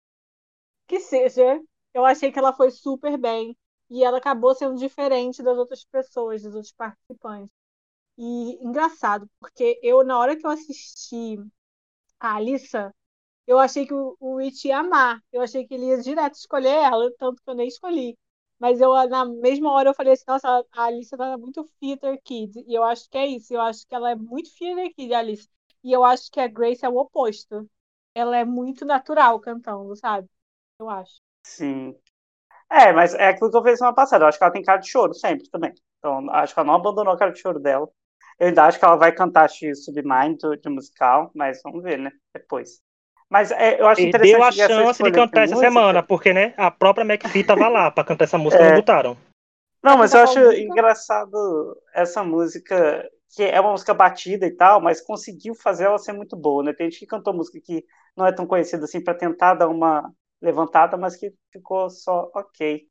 Que seja, eu achei que ela foi super bem e ela acabou sendo diferente das outras pessoas, dos outros participantes. E engraçado, porque na hora que eu assisti a Alissa, eu achei que o Rich ia amar. Eu achei que ele ia direto escolher ela, tanto que eu nem escolhi. Mas na mesma hora eu falei assim, nossa, a Alissa tá muito Theater Kid. E eu acho que é isso. Eu acho que ela é muito Theater Kid, a Alissa. E eu acho que a Grace é o oposto. Ela é muito natural cantando, sabe? Eu acho. Sim. Mas é aquilo que eu fiz semana passada. Eu acho que ela tem cara de choro sempre também. Então, acho que ela não abandonou a cara de choro dela. Eu ainda acho que ela vai cantar X Submine de musical, mas vamos ver, né? Depois. Mas eu acho Perdeu a interessante que essa chance de escolha de cantar essa semana, música. porque, né, a própria McPhee tava lá pra cantar essa música e não é, botaram. Não, Vai mas cantar eu qual acho música? engraçado essa música, que é uma música batida e tal, mas conseguiu fazer ela ser muito boa, né? Tem gente que cantou música que não é tão conhecida assim para tentar dar uma levantada, mas que ficou só ok.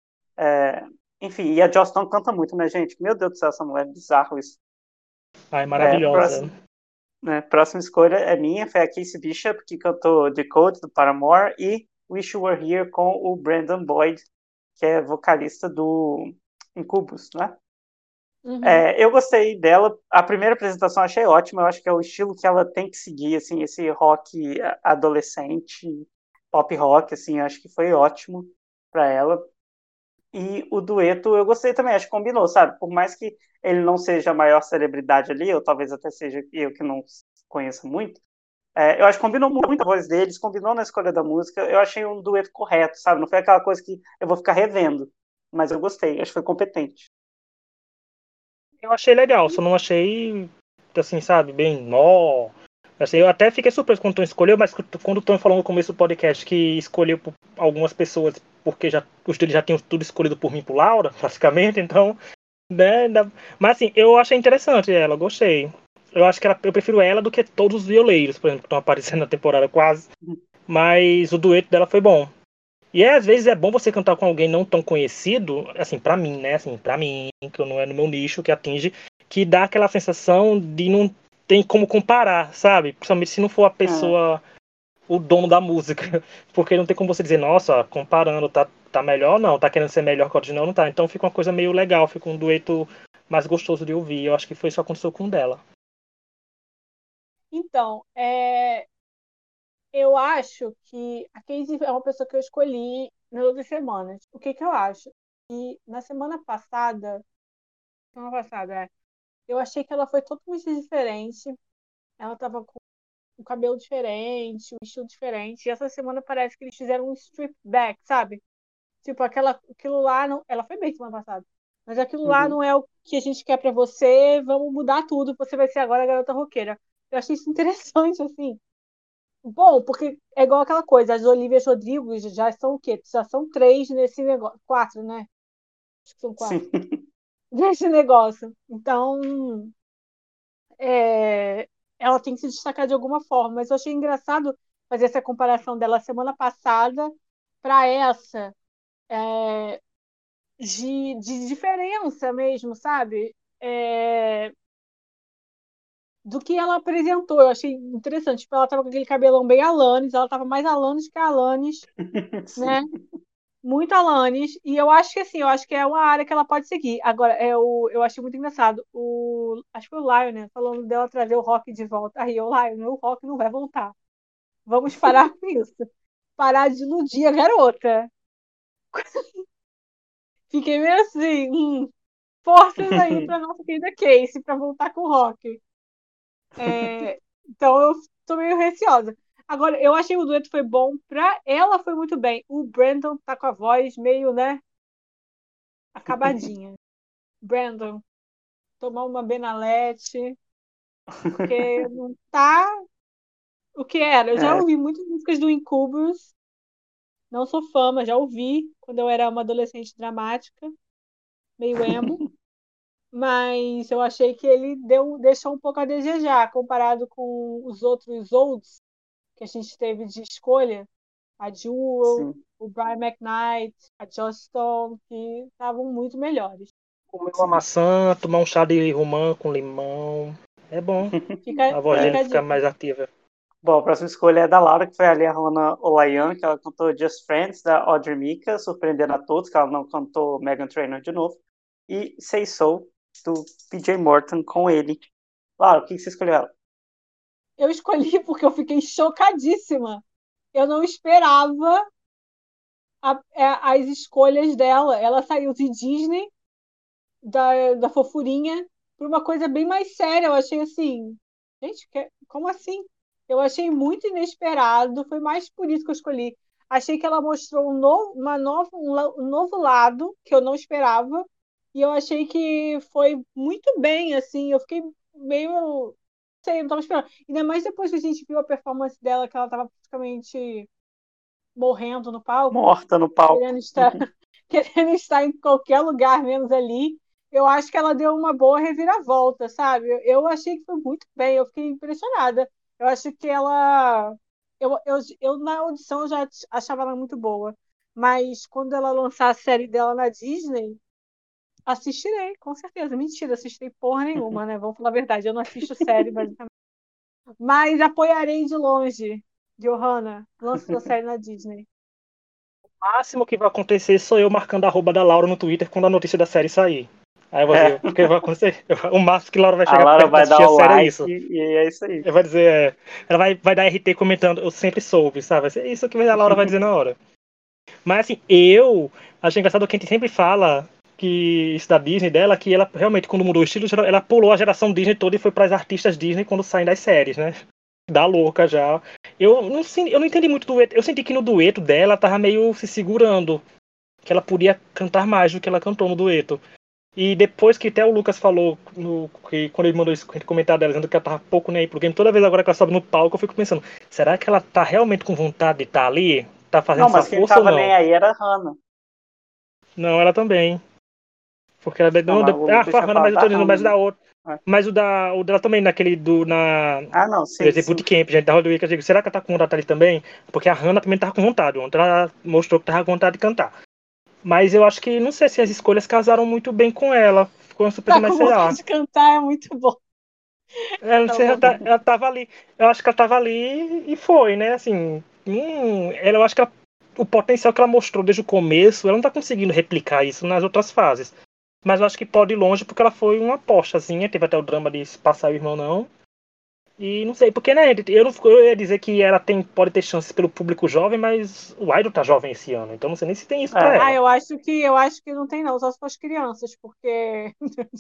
É, enfim, e a Joss Stone canta muito, né, gente? Meu Deus do céu, essa mulher é bizarro isso. Ai, É, maravilhosa. próxima escolha é minha, foi a Casey Bishop, que cantou The Code, do Paramore, e Wish You Were Here com o Brandon Boyd, que é vocalista do Incubus, né? Uhum. Eu gostei dela. A primeira apresentação eu achei ótima. Eu acho que é o estilo que ela tem que seguir, assim, esse rock adolescente, pop rock, assim, eu acho que foi ótimo para ela. E o dueto eu gostei também, acho que combinou, sabe? Por mais que ele não seja a maior celebridade ali, ou talvez até seja eu que não conheço muito, eu acho que combinou muito a voz deles, combinou na escolha da música. Eu achei um dueto correto, sabe? Não foi aquela coisa que eu vou ficar revendo, mas eu gostei, acho que foi competente. Eu achei legal, só não achei, assim, sabe, bem, nó. Assim, eu até fiquei surpreso quando o Tom escolheu, mas quando o Tom falou no começo do podcast que escolheu algumas pessoas porque os deles já tinham tudo escolhido por mim, por Laura, praticamente, então, né, mas assim, eu achei interessante ela, gostei. Eu acho que eu prefiro ela do que todos os violeiros, por exemplo, que estão aparecendo na temporada quase, mas o dueto dela foi bom. E às vezes é bom você cantar com alguém não tão conhecido, assim, pra mim, né? Assim, pra mim, que eu não é no meu nicho, que atinge, que dá aquela sensação de não tem como comparar, sabe? Principalmente se não for a É, pessoa, o dono da música. Porque não tem como você dizer, nossa, comparando, tá melhor ou não, tá querendo ser melhor que o original, não tá. Então fica uma coisa meio legal, fica um dueto mais gostoso de ouvir. Eu acho que foi isso que aconteceu com o dela. Então, Eu acho que a Casey é uma pessoa que eu escolhi nas outras semanas. O que que eu acho? E na semana passada, eu achei que ela foi totalmente diferente. Ela tava com um cabelo diferente, um estilo diferente. E essa semana parece que eles fizeram um strip back, sabe? Tipo, aquilo lá não. Ela foi bem semana passada. Mas aquilo lá Uhum. não é o que a gente quer pra você. Vamos mudar tudo. Você vai ser agora a garota roqueira. Eu achei isso interessante, assim. Bom, porque é igual aquela coisa. As Olívias Rodrigo já são o quê? Já são 3 nesse negócio. 4, né? Acho que são 4. Sim. Nesse negócio. Então, é, ela tem que se destacar de alguma forma. Mas eu achei engraçado fazer essa comparação dela semana passada para essa. É, de diferença mesmo, sabe? Do que ela apresentou. Eu achei interessante. Tipo, ela tava com aquele cabelão bem Alanis, ela tava mais Alanis que a Alanis, né? Sim. Muito Alanis. E eu acho que assim, eu acho que é uma área que ela pode seguir. Agora, eu achei muito engraçado. Acho que foi o Lion, né? Falando dela trazer o rock de volta. Aí, o Lion, o rock não vai voltar. Vamos parar com isso. Parar de iludir a garota. Fiquei meio assim, forças aí para nossa querida Casey para voltar com o rock. Então eu tô meio receosa. Agora, eu achei o dueto foi bom. Pra ela foi muito bem. O Brandon tá com a voz meio, né, acabadinha. Brandon, tomar uma Benalete, porque não tá o que era. Eu já É. ouvi muitas músicas do Incubus. Não sou fã, mas já ouvi quando eu era uma adolescente dramática, meio emo. Mas eu achei que ele deixou um pouco a desejar comparado com os outros olds que a gente teve de escolha, a Jewel, Sim. o Brian McKnight, a Joss Stone, que estavam muito melhores. Comer uma Sim. maçã, tomar um chá de romã com limão. É bom. Fica, A voz fica dele a fica dica. mais ativa. Bom, a próxima escolha é da Laura, que foi ali a Hannah Olayan, que ela cantou Just Friends, da Audrey Mika, surpreendendo a todos, que ela não cantou Meghan Trainor de novo. E Say So, do PJ Morton, com ele. Laura, o que você escolheu ela? Eu escolhi porque eu fiquei chocadíssima. Eu não esperava as escolhas dela. Ela saiu de Disney, da fofurinha, para uma coisa bem mais séria. Eu achei assim, gente, como assim? Eu achei muito inesperado. Foi mais por isso que eu escolhi. Achei que ela mostrou um novo lado que eu não esperava. E eu achei que foi muito bem, assim. Eu fiquei meio. Não sei, eu não estava esperando. Ainda mais depois que a gente viu a performance dela, que ela estava praticamente morrendo no palco, Morta no palco. querendo estar, querendo estar em qualquer lugar menos ali. Eu acho que ela deu uma boa reviravolta, sabe? Eu achei que foi muito bem, eu fiquei impressionada. Eu acho que ela. Eu na audição eu já achava ela muito boa. Mas quando ela lançar a série dela na Disney, assistirei, com certeza. Mentira, assistirei porra nenhuma, né? Vamos falar a verdade, eu não assisto série, basicamente. Mas apoiarei de longe, Johanna. Lance sua série na Disney. O máximo que vai acontecer sou eu marcando a arroba da Laura no Twitter quando a notícia da série sair. Aí eu vou dizer, É, o que vai acontecer? O máximo que Laura vai a chegar Laura perto de vai assistir dar a o série é like isso. e é isso aí. Ela vai dizer, ela vai dar RT comentando, eu sempre soube, sabe? Vai ser isso que a Laura vai dizer na hora. Mas assim, eu acho engraçado que a gente sempre fala que isso da Disney dela, que ela realmente, quando mudou o estilo, ela pulou a geração Disney toda e foi para as artistas Disney quando saem das séries, né? Da louca já. Eu não entendi muito do dueto. Eu senti que no dueto dela tava meio se segurando. Que ela podia cantar mais do que ela cantou no dueto. E depois que até o Lucas falou, que quando ele mandou esse comentário dela, dizendo que ela tava pouco nem aí pro game, toda vez agora que ela sobe no palco, eu fico pensando, será que ela tá realmente com vontade de estar ali? Tá fazendo Não, essa mas quem força ou tava nem não? aí era a Hannah. Não, ela também. Porque ela. Não, Não, mas o Lucas foi a tinha Hannah, falado mas eu da tô dizendo, Hannah, mas né? da outra. É. Mas o dela também, naquele do. Ah, não, Eu ia sim, dizer sim. bootcamp, gente, da Road Week, eu digo, será que ela tá com vontade ali também? Porque a Hannah também tava com vontade. Ontem ela mostrou que tava com vontade de cantar. Mas eu acho que, não sei se as escolhas casaram muito bem com ela. Ficou uma surpresa, Tá mas com sei vontade lá. de cantar, é muito bom. Eu não Tá sei, bom. ela tava ali. Eu acho que ela tava ali e foi, né? Assim, eu acho que o potencial que ela mostrou desde o começo, ela não tá conseguindo replicar isso nas outras fases. Mas eu acho que pode ir longe porque ela foi uma apostazinha. Teve até o drama de se passar o irmão, não. E não sei, porque, né, eu ia dizer que ela pode ter chances pelo público jovem, mas o Idol tá jovem esse ano, então não sei nem se tem isso pra É. Ah, ela. eu acho que não tem não, só se for as crianças, porque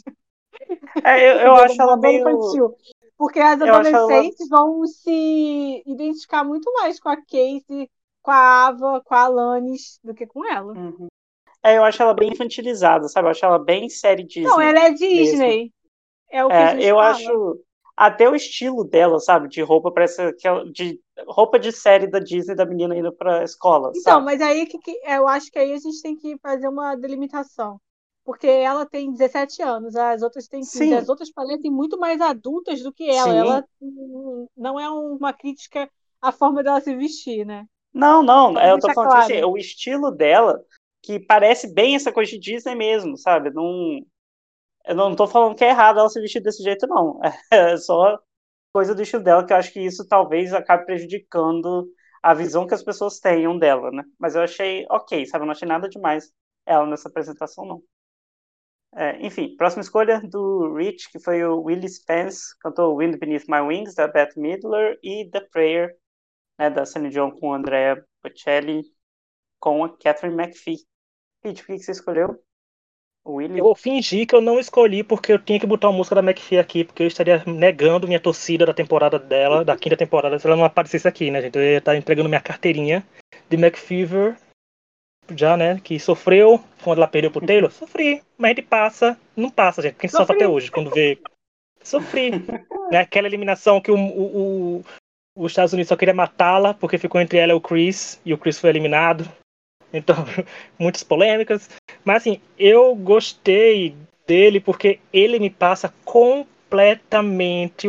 Eu do acho ela Banda meio. infantil. Porque as Eu acho ela. adolescentes vão se identificar muito mais com a Casey, com a Ava, com a Alanis, do que com ela. Uhum. Eu acho ela bem infantilizada, sabe? Eu acho ela bem série Não, Disney ela é mesmo. Disney. É o que a gente Eu fala. acho até o estilo dela, sabe? De roupa, parece aquela de roupa de série da Disney da menina indo pra escola, Então, sabe? mas aí eu acho que aí a gente tem que fazer uma delimitação. Porque ela tem 17 anos, as outras têm 15. As Sim, outras parecem muito mais adultas do que ela. sim. Ela não é uma crítica à forma dela se vestir, né? Não, não, Só para eu tô deixar falando, tipo assim, claro. o estilo dela, que parece bem essa coisa de Disney mesmo, sabe? Não, eu não tô falando que é errado ela se vestir desse jeito, não. É só coisa do estilo dela, que eu acho que isso talvez acabe prejudicando a visão que as pessoas tenham dela, né? Mas eu achei ok, sabe? Eu não achei nada demais ela nessa apresentação, não. Enfim, próxima escolha do Rich, que foi o Willie Spence, cantou Wind Beneath My Wings, da Bette Midler, e The Prayer, né, da Celine Dion com o Andrea Bocelli, com a Catherine McPhee. Pete, por que você escolheu o Eu Willie? vou fingir que eu não escolhi porque eu tinha que botar uma música da McPhee aqui, porque eu estaria negando minha torcida da temporada dela, da quinta temporada, se ela não aparecesse aqui, né, gente? Eu ia estar entregando minha carteirinha de McFever, já, né, que sofreu quando ela perdeu pro Taylor. Sofri, mas a gente passa, não passa, gente, porque a gente sofre até Sofri. hoje, quando vê. Sofri. Né, aquela eliminação que os Estados Unidos só queria matá-la porque ficou entre ela e o Chris, e o Chris foi eliminado. Então, muitas polêmicas. Mas assim, eu gostei dele porque ele me passa completamente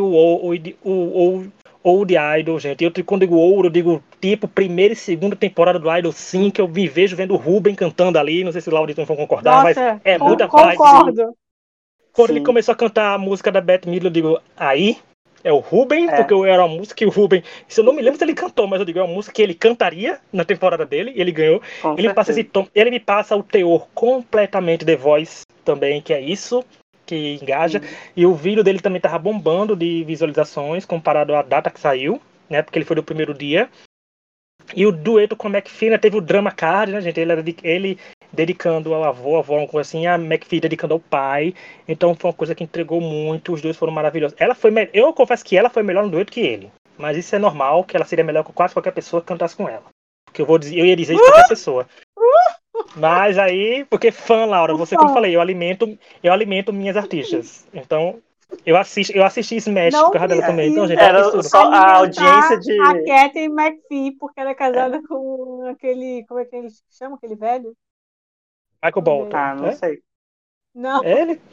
Old Idol, gente. Quando digo ouro, eu digo tipo primeira e segunda temporada do Idol, sim, que eu me vejo vendo o Ruben cantando ali. Não sei se o Laurito vão concordar, mas Nossa, é muita vibe. Sim, concordo. Quando ele sim, começou a cantar a música da Bette Midler, eu digo, aí é o Ruben, porque é, era uma música que o Ruben, se eu não me lembro se ele cantou, mas eu digo, é uma música que ele cantaria na temporada dele, e ele ganhou. com Ele me passa esse certeza. tom, ele me passa o teor completamente The Voice também, que é isso que engaja. Uhum. E o vídeo dele também tava bombando de visualizações comparado à data que saiu, né? Porque ele foi do primeiro dia. E o dueto com a McPhee, né, teve o drama card, né, gente? Ele dedicando ao avô, alguma coisa assim, a McPhee dedicando ao pai. Então foi uma coisa que entregou muito, os dois foram maravilhosos. Eu confesso que ela foi melhor no dueto que ele. Mas isso é normal, que ela seria melhor com quase qualquer pessoa que cantasse com ela. Porque eu ia dizer isso pra qualquer pessoa. Mas aí, porque fã, Laura, você, como eu Ufa. falei, eu alimento minhas artistas. Então, eu assisti Smash por Não causa dela também. Então, gente, ela fez Era tudo. só a audiência alimentar a de. Catherine McPhee, porque ela é é, casada com aquele. Como é que eles chamam aquele velho? Michael Não veio. Bolton, Não né? sei. Não, É ele.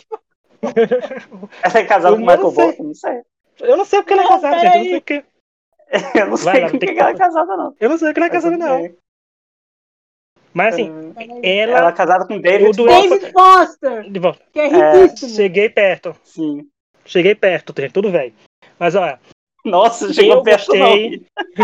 Ela é Eu casada com o não Michael sei. Bolton? Não sei. Eu não sei porque ela é não, casada, gente. Eu não sei peraí. porque. Eu não Vai sei lá, com tem quem que ela é passar. casada, não. Eu não sei porque ela é Mas casada, tudo não. bem. Mas assim, Peraí. Ela é ela. casada com O David dueto foi. David Foster. Foster, De volta. que é É, riquíssimo. Cheguei perto. sim. Cheguei perto, gente. Tudo velho. Mas olha, Nossa, chegou eu perto não. gostei.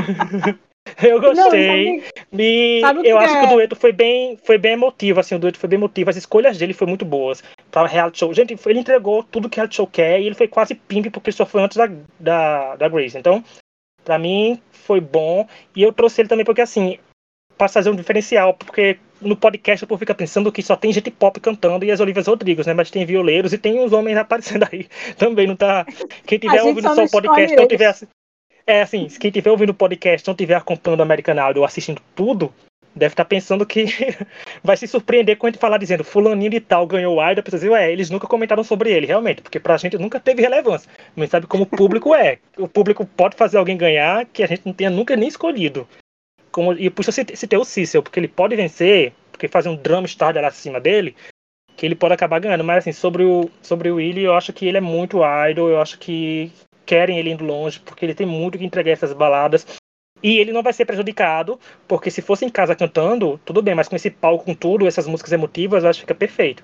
Eu Não, gostei. sabe o Eu que acho que o é? dueto foi bem emotivo, assim, o dueto foi bem emotivo. As escolhas dele foram muito boas para reality show. Gente, ele entregou tudo que reality show quer e ele foi quase pimp porque só foi antes da Grace. Então, pra mim, foi bom. E eu trouxe ele também porque, assim, para fazer um diferencial, porque no podcast o povo fica pensando que só tem gente pop cantando e as Olivias Rodrigo, né? Mas tem violeiros e tem uns homens aparecendo aí também, não tá? Quem A tiver gente ouvindo só só não o escolhe podcast, não tiver eles. assim, se quem tiver ouvindo o podcast, não tiver acompanhando o American Idol ou assistindo tudo, deve estar pensando que vai se surpreender quando a gente falar dizendo fulaninho de tal ganhou o Idol, pensa assim, eles nunca comentaram sobre ele, realmente, porque pra gente nunca teve relevância. Mas sabe como o público é. O público pode fazer alguém ganhar que a gente não tenha nunca nem escolhido. E por isso eu citei o Cecil, porque ele pode vencer, porque fazer um drama star lá acima dele, que ele pode acabar ganhando. Mas assim, sobre o Willie, eu acho que ele é muito idol, eu acho que querem ele indo longe, porque ele tem muito que entregar essas baladas. E ele não vai ser prejudicado, porque se fosse em casa cantando, tudo bem, mas com esse palco, com tudo, essas músicas emotivas, eu acho que fica perfeito.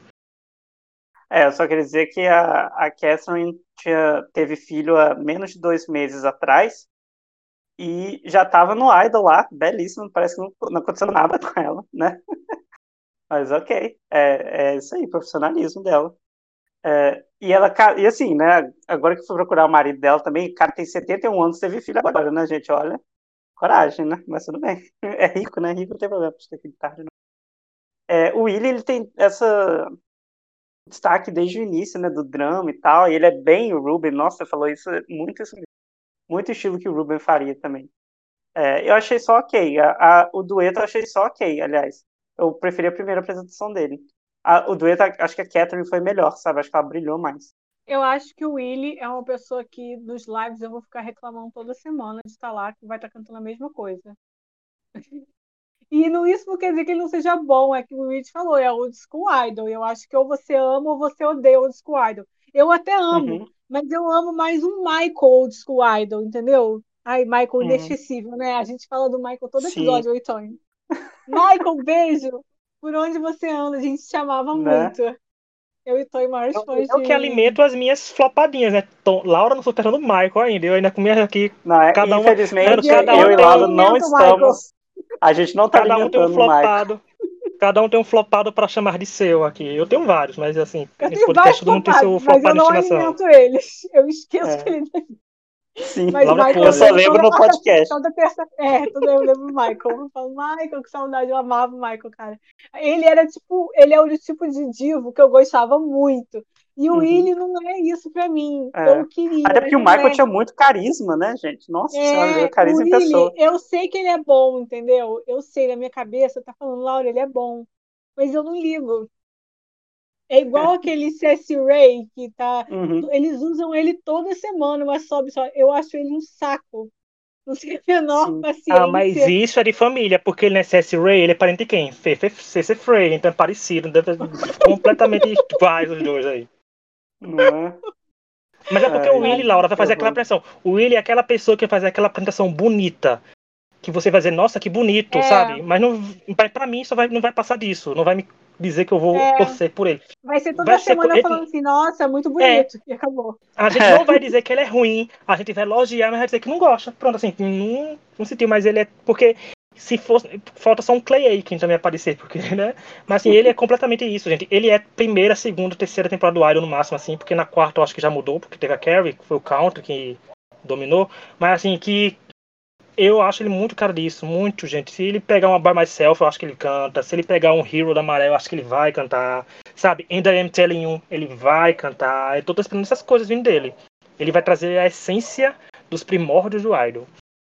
Eu só queria dizer que a Catherine teve filho há menos de 2 meses atrás e já estava no Idol lá, belíssimo, parece que não aconteceu nada com ela, né? Mas ok, é isso aí, profissionalismo dela. E assim, né? Agora que eu fui procurar o marido dela também, o cara tem 71 anos, teve filho agora, né, gente? Olha, coragem, né? Mas tudo bem. É rico, né? Rico não tem problema de ter filho tarde, não. O Willie, ele tem essa destaque desde o início, né? Do drama e tal. E ele é bem o Ruben. Nossa, você falou isso, isso mesmo. Muito estilo que o Ruben faria também. Eu achei só ok. O dueto eu achei só ok, aliás. Eu preferi a primeira apresentação dele. O dueto, acho que a Catherine foi melhor, sabe? Acho que ela brilhou mais. Eu acho que o Willie é uma pessoa que nos lives eu vou ficar reclamando toda semana de estar lá, que vai estar cantando a mesma coisa. E isso não quer dizer que ele não seja bom, é que o Luigi falou, é old school idol. Eu acho que ou você ama ou você odeia old school idol. Eu até amo, mas eu amo mais um Michael old school idol, entendeu? Ai, Michael inesquecível, né? A gente fala do Michael todo Sim. episódio, oi, Tony. Michael, beijo! Por onde você anda? A gente te amava Né? muito. Eu e Tony, maiores fãs Eu que de... alimento as minhas flopadinhas, né? Laura não superando o Michael ainda. Eu ainda comia aqui, Não, cada uma. Mas infelizmente, Cada eu uma e tem Laura um. não alimento, Michael. estamos. A gente não está Cada um tem um alimentando o Michael. flopado. Cada um tem um flopado pra chamar de seu aqui. Eu tenho vários, mas assim, Eu nesse tenho vários podcast todo mundo tem seu flopados, mas eu flopado de não estimação. alimento eles. Eu esqueço que É, ele... sim, Mas Laura Michael, eu eu só podre. lembro lembro toda no podcast. toda terça. Eu lembro do Michael. Eu falo, Michael, que saudade, eu amava o Michael, cara. Ele era tipo, ele é o tipo de divo que eu gostava muito. E o Willie não é isso pra mim. Eu queria, Até mas porque o não Michael é. tinha muito carisma, né, gente? Nossa senhora, ele é O carisma em Willie, pessoa. eu sei que ele é bom, entendeu? Eu sei, na minha cabeça, tá falando, Laura, ele é bom. Mas eu não ligo. É igual aquele Ceci Ray, que tá. Uhum, Eles usam ele toda semana, mas sobe só. Eu acho ele um saco. Não tem a menor sim. Ah, mas paciência. isso é de família, porque ele não é C.S. Ray, ele é parente de quem? C.C. Frey, então é parecido, deve ser completamente iguais os dois aí. Não é? Mas é porque o Ai, Ai, Willy, ai, Laura, vai que fazer aquela horror. apresentação. O Willy é aquela pessoa que vai fazer aquela apresentação bonita, que você vai dizer, nossa, que bonito, é, sabe? Mas não, pra mim isso não vai passar disso, não vai me dizer que eu vou é, torcer por ele. vai ser Vai toda ser, semana falando assim, nossa, muito é, bonito. E acabou. a gente não vai dizer que ele é ruim, a gente vai elogiar, mas vai dizer que não gosta. Pronto, assim, não sentiu, mas ele é. Porque se fosse. Falta só um Clay Aiken também aparecer, porque, né? Mas assim, ele é completamente isso, gente. Ele é primeira, segunda, terceira temporada do Iron no máximo, assim, porque na quarta eu acho que já mudou, porque teve a Carrie, que foi o Country que dominou. Mas assim, que eu acho ele muito cara disso, muito, gente. Se ele pegar uma By Myself, eu acho que ele canta. Se ele pegar um Hero da Maré, eu acho que ele vai cantar. Sabe, And I Am Telling You, ele vai cantar. Eu tô esperando essas coisas vindo dele. Ele vai trazer a essência dos primórdios do Idol.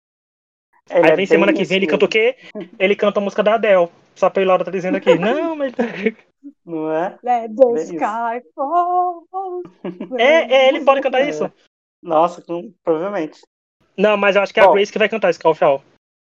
Ele Aí é vem semana bem que vem, isso ele canta o mesmo, quê? Ele canta a música da Adele. Só pra Laura tá dizendo aqui. Não, mas. não é? Let the Bem isso. sky fall. Ele pode cantar isso? Nossa, provavelmente. Não, mas eu acho que é a Bom, Grace que vai cantar esse Fall.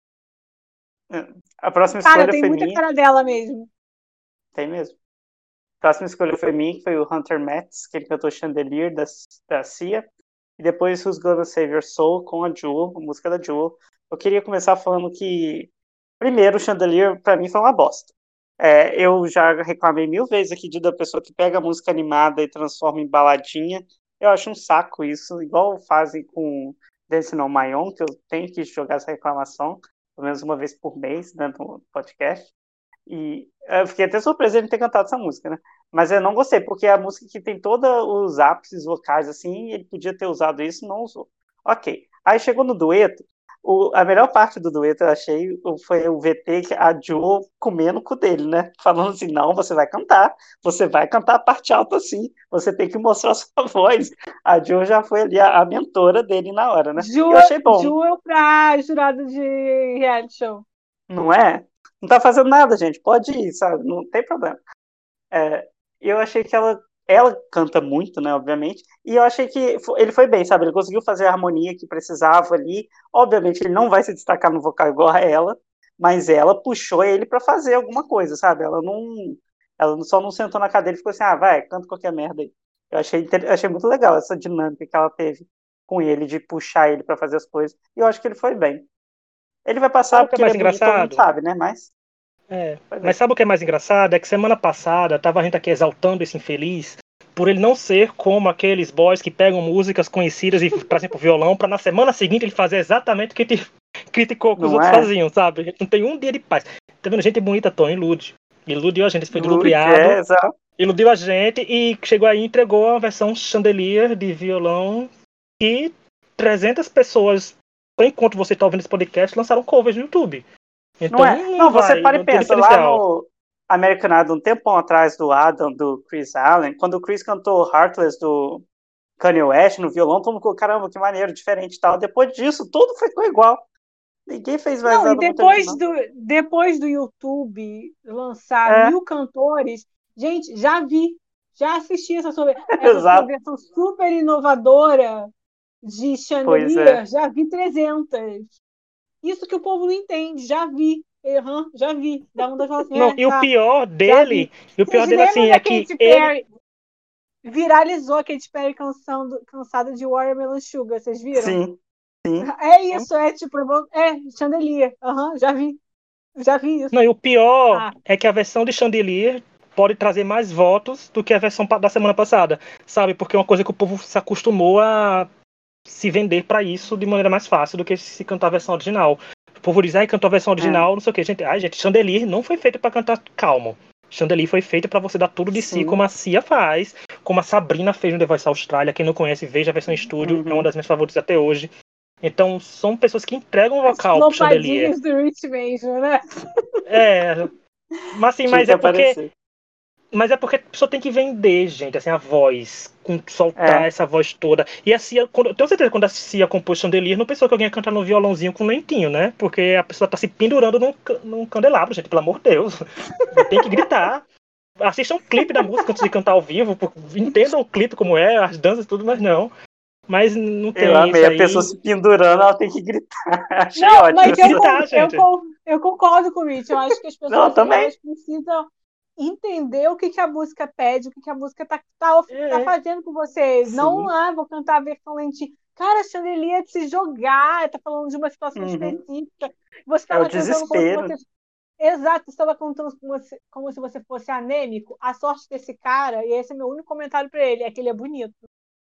a próxima Cara, escolha tem foi muita minha. cara dela mesmo. Tem mesmo. A próxima escolha foi minha, que foi o Hunter Metz, que ele cantou Chandelier da Cia. E depois Who's Gonna Save Your Soul com a Jewel, a música da Jewel. Eu queria começar falando que, primeiro, o Chandelier pra mim foi uma bosta. Eu já reclamei 1000 vezes aqui da pessoa que pega a música animada e transforma em baladinha. Eu acho um saco isso, igual fazem com Dancing on My Own, que eu tenho que jogar essa reclamação, pelo menos uma vez por mês, né, no podcast. E eu fiquei até surpreso de ele ter cantado essa música, né? Mas eu não gostei, porque é a música que tem todos os ápices vocais, assim, e ele podia ter usado isso, não usou. Ok. Aí chegou no dueto, a melhor parte do dueto, eu achei, foi o VT, a Jo comendo o cu dele, né? Falando assim, não, você vai cantar a parte alta assim, você tem que mostrar a sua voz. A Jo já foi ali a mentora dele na hora, né? Eu achei bom, Jewel pra jurado de reality show. não é? Não tá fazendo nada, gente, pode ir, sabe? Não tem problema. Eu achei que ela canta muito, né, obviamente, e eu achei que ele foi bem, sabe? Ele conseguiu fazer a harmonia que precisava ali. Obviamente, ele não vai se destacar no vocal igual a ela, mas ela puxou ele para fazer alguma coisa, sabe? Ela só não sentou na cadeira e ficou assim, vai, canta qualquer merda aí. Eu achei muito legal essa dinâmica que ela teve com ele, de puxar ele para fazer as coisas, e eu acho que ele foi bem. Ele vai passar Sabe o que é porque ele mais é bonito, todo mundo engraçado? sabe, né? Mas foi Mas bem. sabe o que é mais engraçado? É que semana passada tava a gente aqui exaltando esse infeliz por ele não ser como aqueles boys que pegam músicas conhecidas e trazem pro violão pra na semana seguinte ele fazer exatamente o que ele criticou que os Não outros é? faziam, sabe? Não tem um dia de paz. Tá vendo? Gente bonita, Tom, ilude. Iludiu a gente, foi Luke, ludibriado. Iludiu a gente e chegou aí e entregou a versão Chandelier de violão e 300 pessoas, só enquanto você está ouvindo esse podcast, lançaram covers no YouTube. Não Então é? Não, você para e não tem pensa, lá diferencial. no American Idol, um tempão atrás do Adam, do Chris Allen, quando o Chris cantou Heartless do Kanye West no violão, todo mundo ficou, caramba, que maneiro, diferente e tal. Depois disso, tudo ficou igual. Ninguém fez mais Não, e nada muito original. depois do YouTube lançar É, 1000 cantores, gente, já assisti essa exato. versão super inovadora de Pois é. Chandelier, já vi 300. Isso que o povo não entende, já vi. Aham, já vi. Dá um daquela assim, Não, já vi. e o pior Vocês dele lembram assim da é que Katy ele, Perry? Viralizou a Katy Perry cansada de Watermelon Sugar, vocês viram? Sim, sim. É isso, é tipo, Chandelier. Aham, já vi isso. não, e o pior Ah, é que a versão de Chandelier pode trazer mais votos do que a versão da semana passada, sabe? Porque é uma coisa que o povo se acostumou a se vender pra isso de maneira mais fácil do que se cantar a versão original. O povo diz, ai, cantou a versão É, original, não sei o que. Gente, ai, gente, Chandelier não foi feito pra cantar calmo. Chandelier foi feito pra você dar tudo de si, como sim. a Cia faz, como a Sabrina fez no The Voice Austrália. Quem não conhece, veja a versão em estúdio, é uma Uhum. das minhas favoritas até hoje. Então, são pessoas que entregam as vocal pro Chandelier. flopadinhas do Rich mesmo, né? É, mas assim, Tinha que aparecer. mas é porque a pessoa tem que vender, gente, assim, a voz, soltar É. essa voz toda. E a Cia, eu tenho certeza que quando a Cia compôs Chandelier, não pensou que alguém ia cantar no violãozinho com lentinho, né? Porque a pessoa tá se pendurando num candelabro, gente, pelo amor de Deus. Tem que gritar. Assistam um clipe da música antes de cantar ao vivo, entendam o clipe como é, as danças e tudo, mas não. Mas não Eu tem amei isso a pessoa aí. se pendurando, ela tem que gritar. Achei Não, ótimo mas Tem que essa. gritar, gente. eu concordo com o Rich. Eu acho que as Não, pessoas também. elas precisam entender o que, que a música pede, o que, que a música tá É, fazendo com você. Não, Sim. vou cantar a versão lentinha. Cara, Chandelier é de se jogar, tá falando de uma situação Uhum. específica. Você É o estava cantando como se desespero. você. Exato, você estava cantando como se você fosse anêmico. A sorte desse cara, e esse é meu único comentário para ele, é que ele é bonito.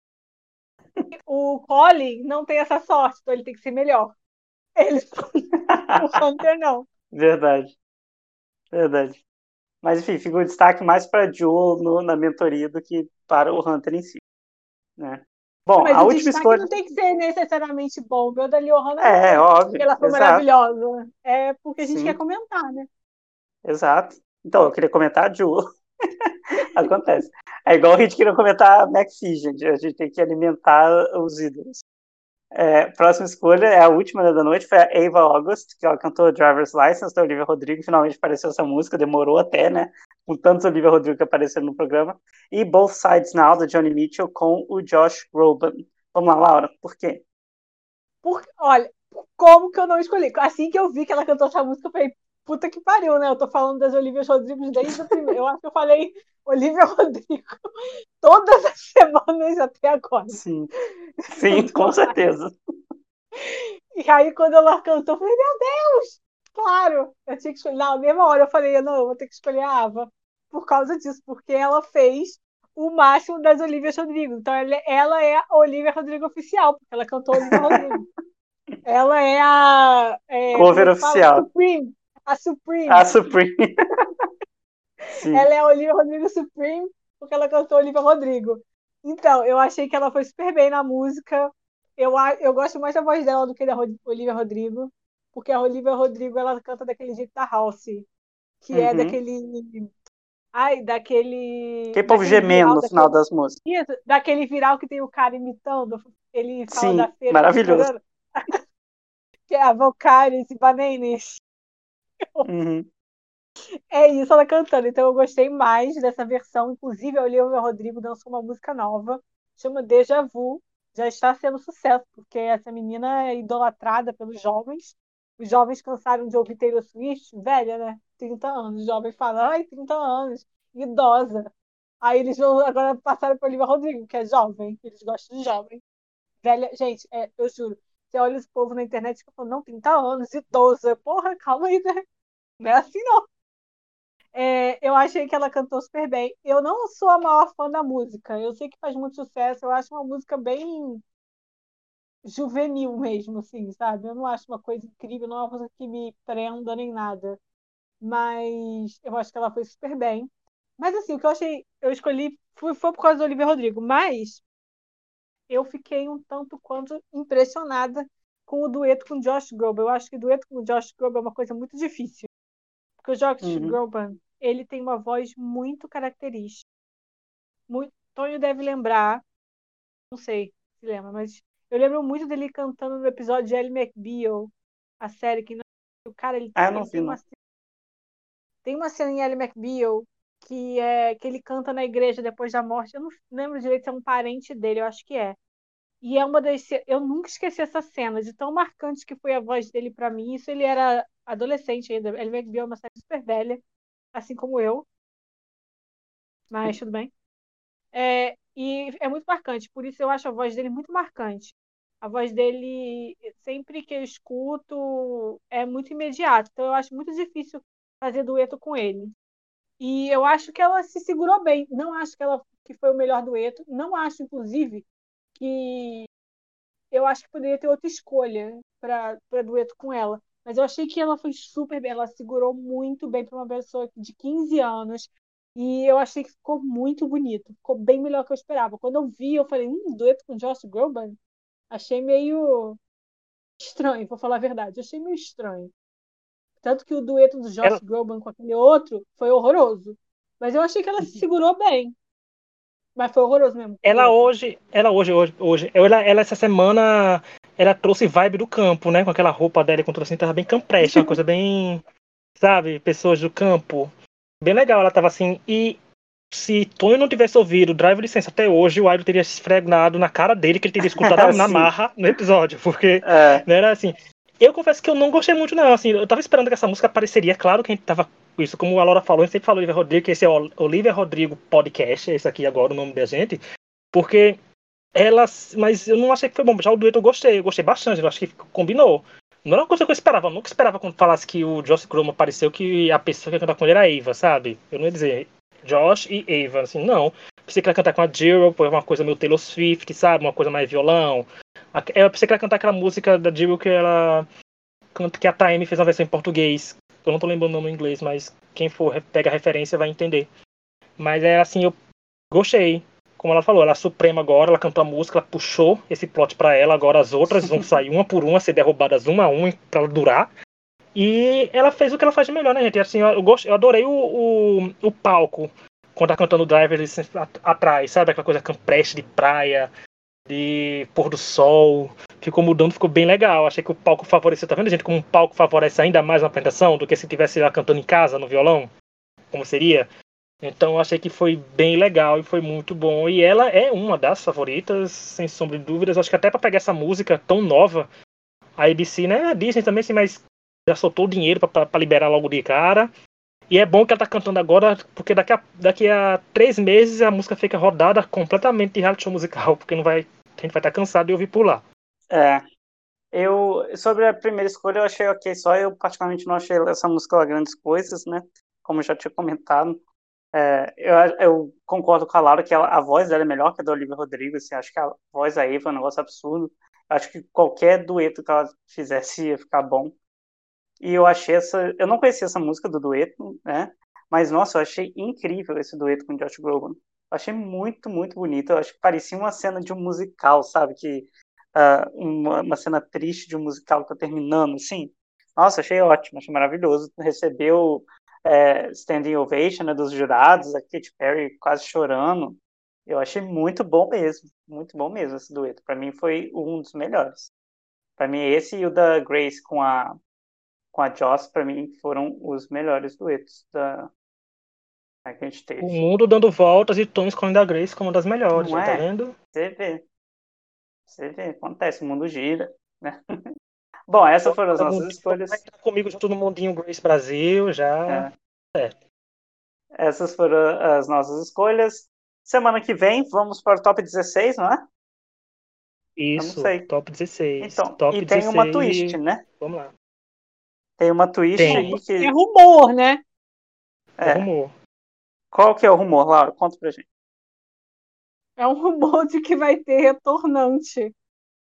O Colin não tem essa sorte, então ele tem que ser melhor. Ele, o Hunter não. Verdade, verdade. Mas enfim, fica o destaque mais para Jewel na mentoria do que para o Hunter em si, né? Bom, Mas a o última destaque escolha. não tem que ser necessariamente bom. O meu da Johanna não É, é porque óbvio, ela foi exato. maravilhosa. É porque a gente quer Sim, comentar, né? exato. Então, eu queria comentar a Jewel. Acontece. É igual a gente queria comentar a Maxi, gente. A gente tem que alimentar os ídolos. Próxima escolha é a última da noite, foi a Ava August, que ela cantou Driver's License da Olivia Rodrigo. Finalmente apareceu essa música, demorou até, né? Com tantos Olivia Rodrigo que apareceram no programa. E Both Sides Now, da Johnny Mitchell, com o Josh Groban. Vamos lá, Laura, por quê? Olha, como que eu não escolhi? Assim que eu vi que ela cantou essa música, eu falei, puta que pariu, né? Eu tô falando das Olivia Rodrigo desde o primeiro. Eu acho que eu falei Olivia Rodrigo todas as semanas até agora. Sim, sim, com certeza. E aí, quando ela cantou, eu falei, meu Deus! Claro, eu tinha que escolher. Na mesma hora eu falei, não, eu vou ter que escolher a Ava por causa disso, porque ela fez o máximo das Olivia Rodrigo. Então, ela é a Olivia Rodrigo oficial, porque ela cantou Olivia Rodrigo. Ela é como Cover é que fala? oficial. Supreme. A A Supreme. Supreme. Sim. Ela é a Olivia Rodrigo Supreme, porque ela cantou Olivia Rodrigo. Então, eu achei que ela foi super bem na música. Eu gosto mais da voz dela do que da Olivia Rodrigo, porque a Olivia Rodrigo ela canta daquele jeito da House, que é Uhum. daquele. Ai, Que povo daquele gemendo viral, no final das músicas. daquele viral que tem o cara imitando, ele fala da Sim, feira de maravilhoso. Santana, que é a Vocários e Bananas. Uhum. É isso, ela cantando. Então eu gostei mais dessa versão. Inclusive, a Olivia Rodrigo lançou uma música nova, chama Deja Vu. Já está sendo sucesso, porque essa menina é idolatrada pelos jovens. Os jovens cansaram de ouvir Taylor Swift, velha, né? 30 anos. Os jovens falam, ai, 30 anos, idosa. Aí eles vão agora passaram para Olivia Rodrigo, que é jovem. Eles gostam de jovem. Velha, gente, eu juro. Você olha esse povo na internet e fala, não, 30 anos, idosa. Porra, calma aí, né? Não é assim, não. Eu achei que ela cantou super bem. Eu não sou a maior fã da música. Eu sei que faz muito sucesso. Eu acho uma música bem juvenil mesmo, assim, sabe? Eu não acho uma coisa incrível, não é uma coisa que me prenda nem nada. Mas eu acho que ela foi super bem. Mas assim, o que eu escolhi foi por causa do Olivia Rodrigo, mas eu fiquei um tanto quanto impressionada com o dueto com o Josh Groban. Eu acho que o dueto com o Josh Groban é uma coisa muito difícil, porque o Josh Uhum. Groban, ele tem uma voz muito característica. Tonho deve lembrar, não sei se lembra, mas eu lembro muito dele cantando no episódio de Ellie McBeal, a série que o cara Ah, eu não ele vi, não. tem uma cena em Ellie McBeal que é que ele canta na igreja depois da morte. Eu não lembro direito se é um parente dele, eu acho que é. E é uma das. Eu nunca esqueci essa cena, de tão marcante que foi a voz dele pra mim. Isso ele era adolescente ainda. Ellie McBeal é uma série super velha, assim como eu, mas tudo bem. E é muito marcante, por isso eu acho a voz dele muito marcante. A voz dele, sempre que eu escuto, é muito imediata. Então eu acho muito difícil fazer dueto com ele. E eu acho que ela se segurou bem. Não acho que foi o melhor dueto. Não acho, inclusive, que eu acho que poderia ter outra escolha para dueto com ela. Mas eu achei que ela foi super bem. Ela segurou muito bem para uma pessoa de 15 anos. E eu achei que ficou muito bonito. Ficou bem melhor do que eu esperava. Quando eu vi, eu falei, dueto com Josh Groban? Achei meio estranho, vou falar a verdade. Achei meio estranho. Tanto que o dueto do Josh Ela, Groban com aquele outro foi horroroso. Mas eu achei que ela se segurou bem. Mas foi horroroso mesmo o ela outro. hoje, ela hoje, ela essa semana, ela trouxe vibe do campo, né? Com aquela roupa dela, com tudo assim, tava bem campestre, uma coisa bem, sabe, pessoas do campo. Bem legal, ela tava assim. E se Tonho não tivesse ouvido Drive Licença até hoje, o Iron teria esfregado na cara dele que ele teria escutado na Sim. marra no episódio, porque É, não era assim. Eu confesso que eu não gostei muito, não. Assim, eu tava esperando que essa música apareceria. Claro que a gente tava. Isso, como a Laura falou, a gente sempre falou Olivia Rodrigo, que esse é o Olivia Rodrigo Podcast, esse aqui agora o nome da gente. Porque ela. Mas eu não achei que foi bom. Já o dueto eu gostei bastante, eu acho que combinou. Não era uma coisa que eu esperava, eu nunca esperava quando falasse que o Josh Groban apareceu que a pessoa que ia cantar com ele era a Ava, sabe? Eu não ia dizer Josh e Ava, assim, não. Pensei que ela ia cantar com a Jill, foi uma coisa meio Taylor Swift, sabe? Uma coisa mais violão. Eu pensei que ela ia cantar aquela música da Jill que ela canta, que a Taime fez uma versão em português. Eu não tô lembrando o nome em inglês, mas quem for pega a referência vai entender. Mas é assim, eu gostei. Como ela falou, ela é suprema agora, ela cantou a música, ela puxou esse plot pra ela, agora as outras vão sair uma por uma, ser derrubadas uma a uma pra ela durar. E ela fez o que ela faz de melhor, né, gente? Assim, eu adorei o palco quando tá cantando Driver atrás, sabe? Aquela coisa campestre de praia, de pôr do sol. Ficou mudando, ficou bem legal. Achei que o palco favoreceu, tá vendo, gente? Como um palco favorece ainda mais uma apresentação do que se tivesse ela cantando em casa, no violão, como seria. Então eu achei que foi bem legal e foi muito bom. E ela é uma das favoritas, sem sombra de dúvidas. Acho que até para pegar essa música tão nova, a ABC, né? A Disney também, assim, mas já soltou o dinheiro para liberar logo de cara. E é bom que ela tá cantando agora, porque daqui a 3 meses a música fica rodada completamente de reality show musical, porque não vai, a gente vai estar cansado de ouvir por lá. é. Sobre a primeira escolha, eu achei ok só. Eu, particularmente, não achei essa música lá grandes coisas, né? Como eu já tinha comentado. Eu concordo com a Laura que a voz dela é melhor que a da Olivia Rodrigo. Assim, acho que a voz da Eva é um negócio absurdo. Acho que qualquer dueto que ela fizesse ia ficar bom. E eu achei essa. Eu não conhecia essa música do dueto, né? Mas, nossa, eu achei incrível esse dueto com o Josh Groban. Eu achei muito, muito bonito. Eu acho que parecia uma cena de um musical, sabe? Uma cena triste de um musical que tá terminando, assim. Nossa, achei ótimo, achei maravilhoso. Recebeu standing ovation, né, dos jurados, a Katy Perry quase chorando. Eu achei muito bom mesmo esse dueto. Para mim foi um dos melhores. Para mim esse e o da Grace com a Joss, para mim foram os melhores duetos que a gente O teve. mundo dando voltas e Tom escolhendo a Grace como uma das melhores, Não aí, tá é? vendo? Você vê, acontece, o mundo gira, né? Bom, essas foram as nossas Vai escolhas. estar comigo junto no Mundinho Grace Brasil, já. É, É, essas foram as nossas escolhas. Semana que vem vamos para o top 16, não é? Eu não isso, sei. top 16. Então, e Top tem uma 16 twist, e. né? Vamos lá. Tem uma twist Tem. aí É que. rumor, né? É É, rumor. qual que é o rumor, Laura? Conta pra gente. É um rumor de que vai ter retornante.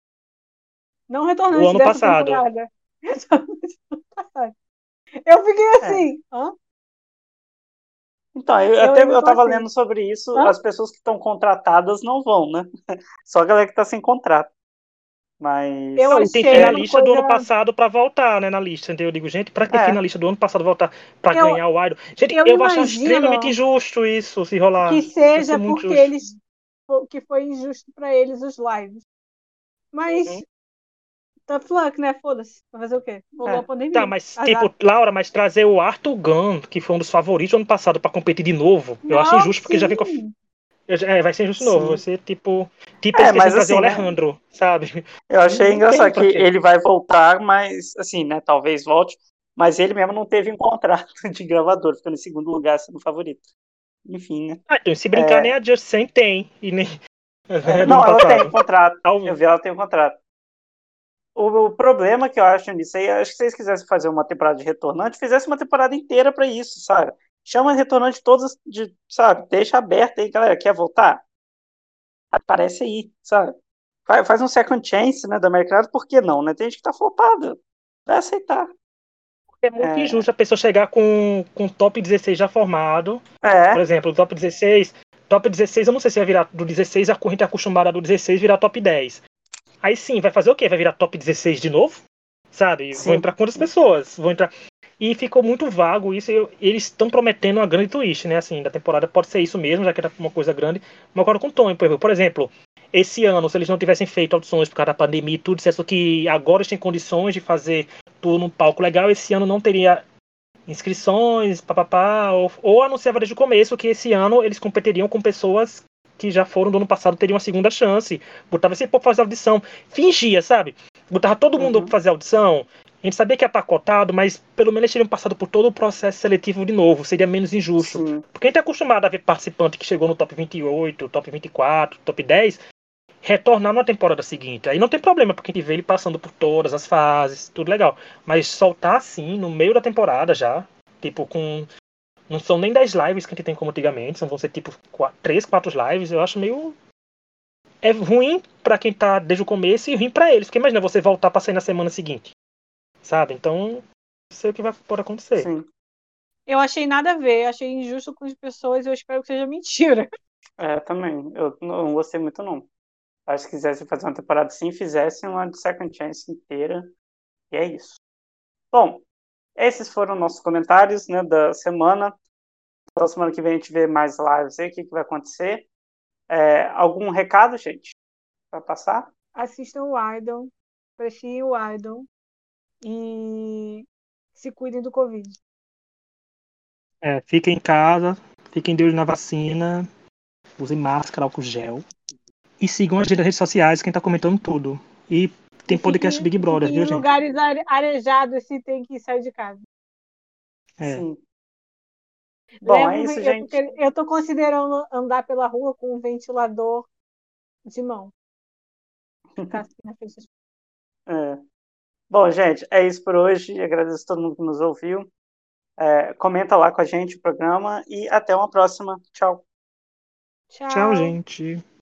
Não Do retornante ano dessa passado. temporada. Retornante do passado. Eu fiquei É. assim, hã? Então, Eu ainda eu tô tava assim. lendo sobre isso, Hã? as pessoas que estão contratadas não vão, né? Só a galera que tá sem contrato. Mas, Eu Não, e tem achei uma finalista do ano coisa. passado pra voltar, né, na lista. Então eu digo, gente, pra que ter é, finalista do ano passado voltar pra Eu, ganhar o Idol? Gente, eu eu vou achar extremamente imagino injusto isso, se que rolar. Vai ser seja muito porque justo. eles que foi injusto para eles os lives. Uhum. Mas tough luck, né? Foda-se. Vai fazer o quê? Rolou a é. Tá, pandemia. mas tipo, Azar. Laura, mas trazer o Arthur Gunn, que foi um dos favoritos do ano passado, pra competir de novo, eu acho Não, injusto porque já vem com. sim. Vai ser injusto de novo. Vai Sim. ser tipo eles Mas pensando em trazer o assim, né? Alejandro, sabe? Eu achei Não tem engraçado pra que quê. ele vai voltar, mas assim, né? Talvez volte. Mas ele mesmo não teve um contrato de gravador, ficando em segundo lugar sendo favorito. Enfim, né? Ah, então, se brincar, nem É, a Just 100 tem, e nem do ano não, ela tem passado. contrato. Eu Talvez. vi, ela tem um contrato. O problema que eu acho nisso aí, acho que se eles quisessem fazer uma temporada de retornante, fizesse uma temporada inteira pra isso, sabe? Chama retornante todos, sabe? Deixa aberto aí, galera. Quer voltar? Aparece aí, sabe? Faz um second chance, né, da mercado, por que não, né? Tem gente que tá flopada. Vai aceitar. É muito É, injusto a pessoa chegar com top 16 já formado. Por é, exemplo, o top 16 eu não sei se vai virar do 16, a corrente é acostumada do 16 virar top 10. Aí sim, vai fazer o quê? Vai virar top 16 de novo? Sabe? Vão sim. entrar quantas pessoas? Vão entrar. E ficou muito vago isso. Eles estão prometendo uma grande twist, né? Assim, da temporada pode ser isso mesmo, já que era uma coisa grande. Mas agora com o Tony, por exemplo, esse ano, se eles não tivessem feito audições por causa da pandemia e tudo, dissesse que agora eles têm condições de fazer tudo num palco legal, esse ano não teria inscrições, papapá, ou anunciava desde o começo que esse ano eles competiriam com pessoas que já foram do ano passado, teriam uma segunda chance. Botava esse povo fazer audição. Fingia, sabe? Botava todo mundo pra Uhum, fazer audição. A gente sabia que ia estar cotado, mas pelo menos eles teriam passado por todo o processo seletivo de novo. Seria menos injusto. sim, Porque a gente é acostumado a ver participante que chegou no top 28, top 24, top 10, retornar na temporada seguinte. Aí não tem problema, porque a gente vê ele passando por todas as fases, tudo legal. Mas soltar assim, no meio da temporada já, tipo, com. Não são nem 10 lives que a gente tem como antigamente, vão ser tipo 3, 4 lives, eu acho meio. É ruim pra quem tá desde o começo e ruim pra eles, porque imagina você voltar pra sair na semana seguinte, sabe? Então, não sei o que vai pode acontecer. sim. Eu achei nada a ver. Achei injusto com as pessoas. Eu espero que seja mentira. Também. Eu não gostei muito, não. Acho que se quisessem fazer uma temporada assim, fizessem uma de second chance inteira. E é isso. Bom, esses foram nossos comentários, né, da semana. Então, semana que vem a gente vê mais lives aí, o que vai acontecer. Algum recado, gente, para passar? Assistam o Idol. Apreciem o Idol. E se cuidem do Covid. Fiquem em casa, fiquem de olho na vacina, usem máscara, álcool gel. E sigam a gente nas redes sociais, quem tá comentando tudo. E E tem podcast Big Brother, fiquem viu, em gente? lugares arejados se tem que sair de casa. É. Sim. Bom, Leva é um, isso, eu, tô, gente. eu tô considerando andar pela rua com um ventilador de mão. Ficar assim na frente das É. Bom, gente, é isso por hoje. Agradeço a todo mundo que nos ouviu. Comenta lá com a gente o programa e até uma próxima. Tchau. Tchau, Tchau. gente.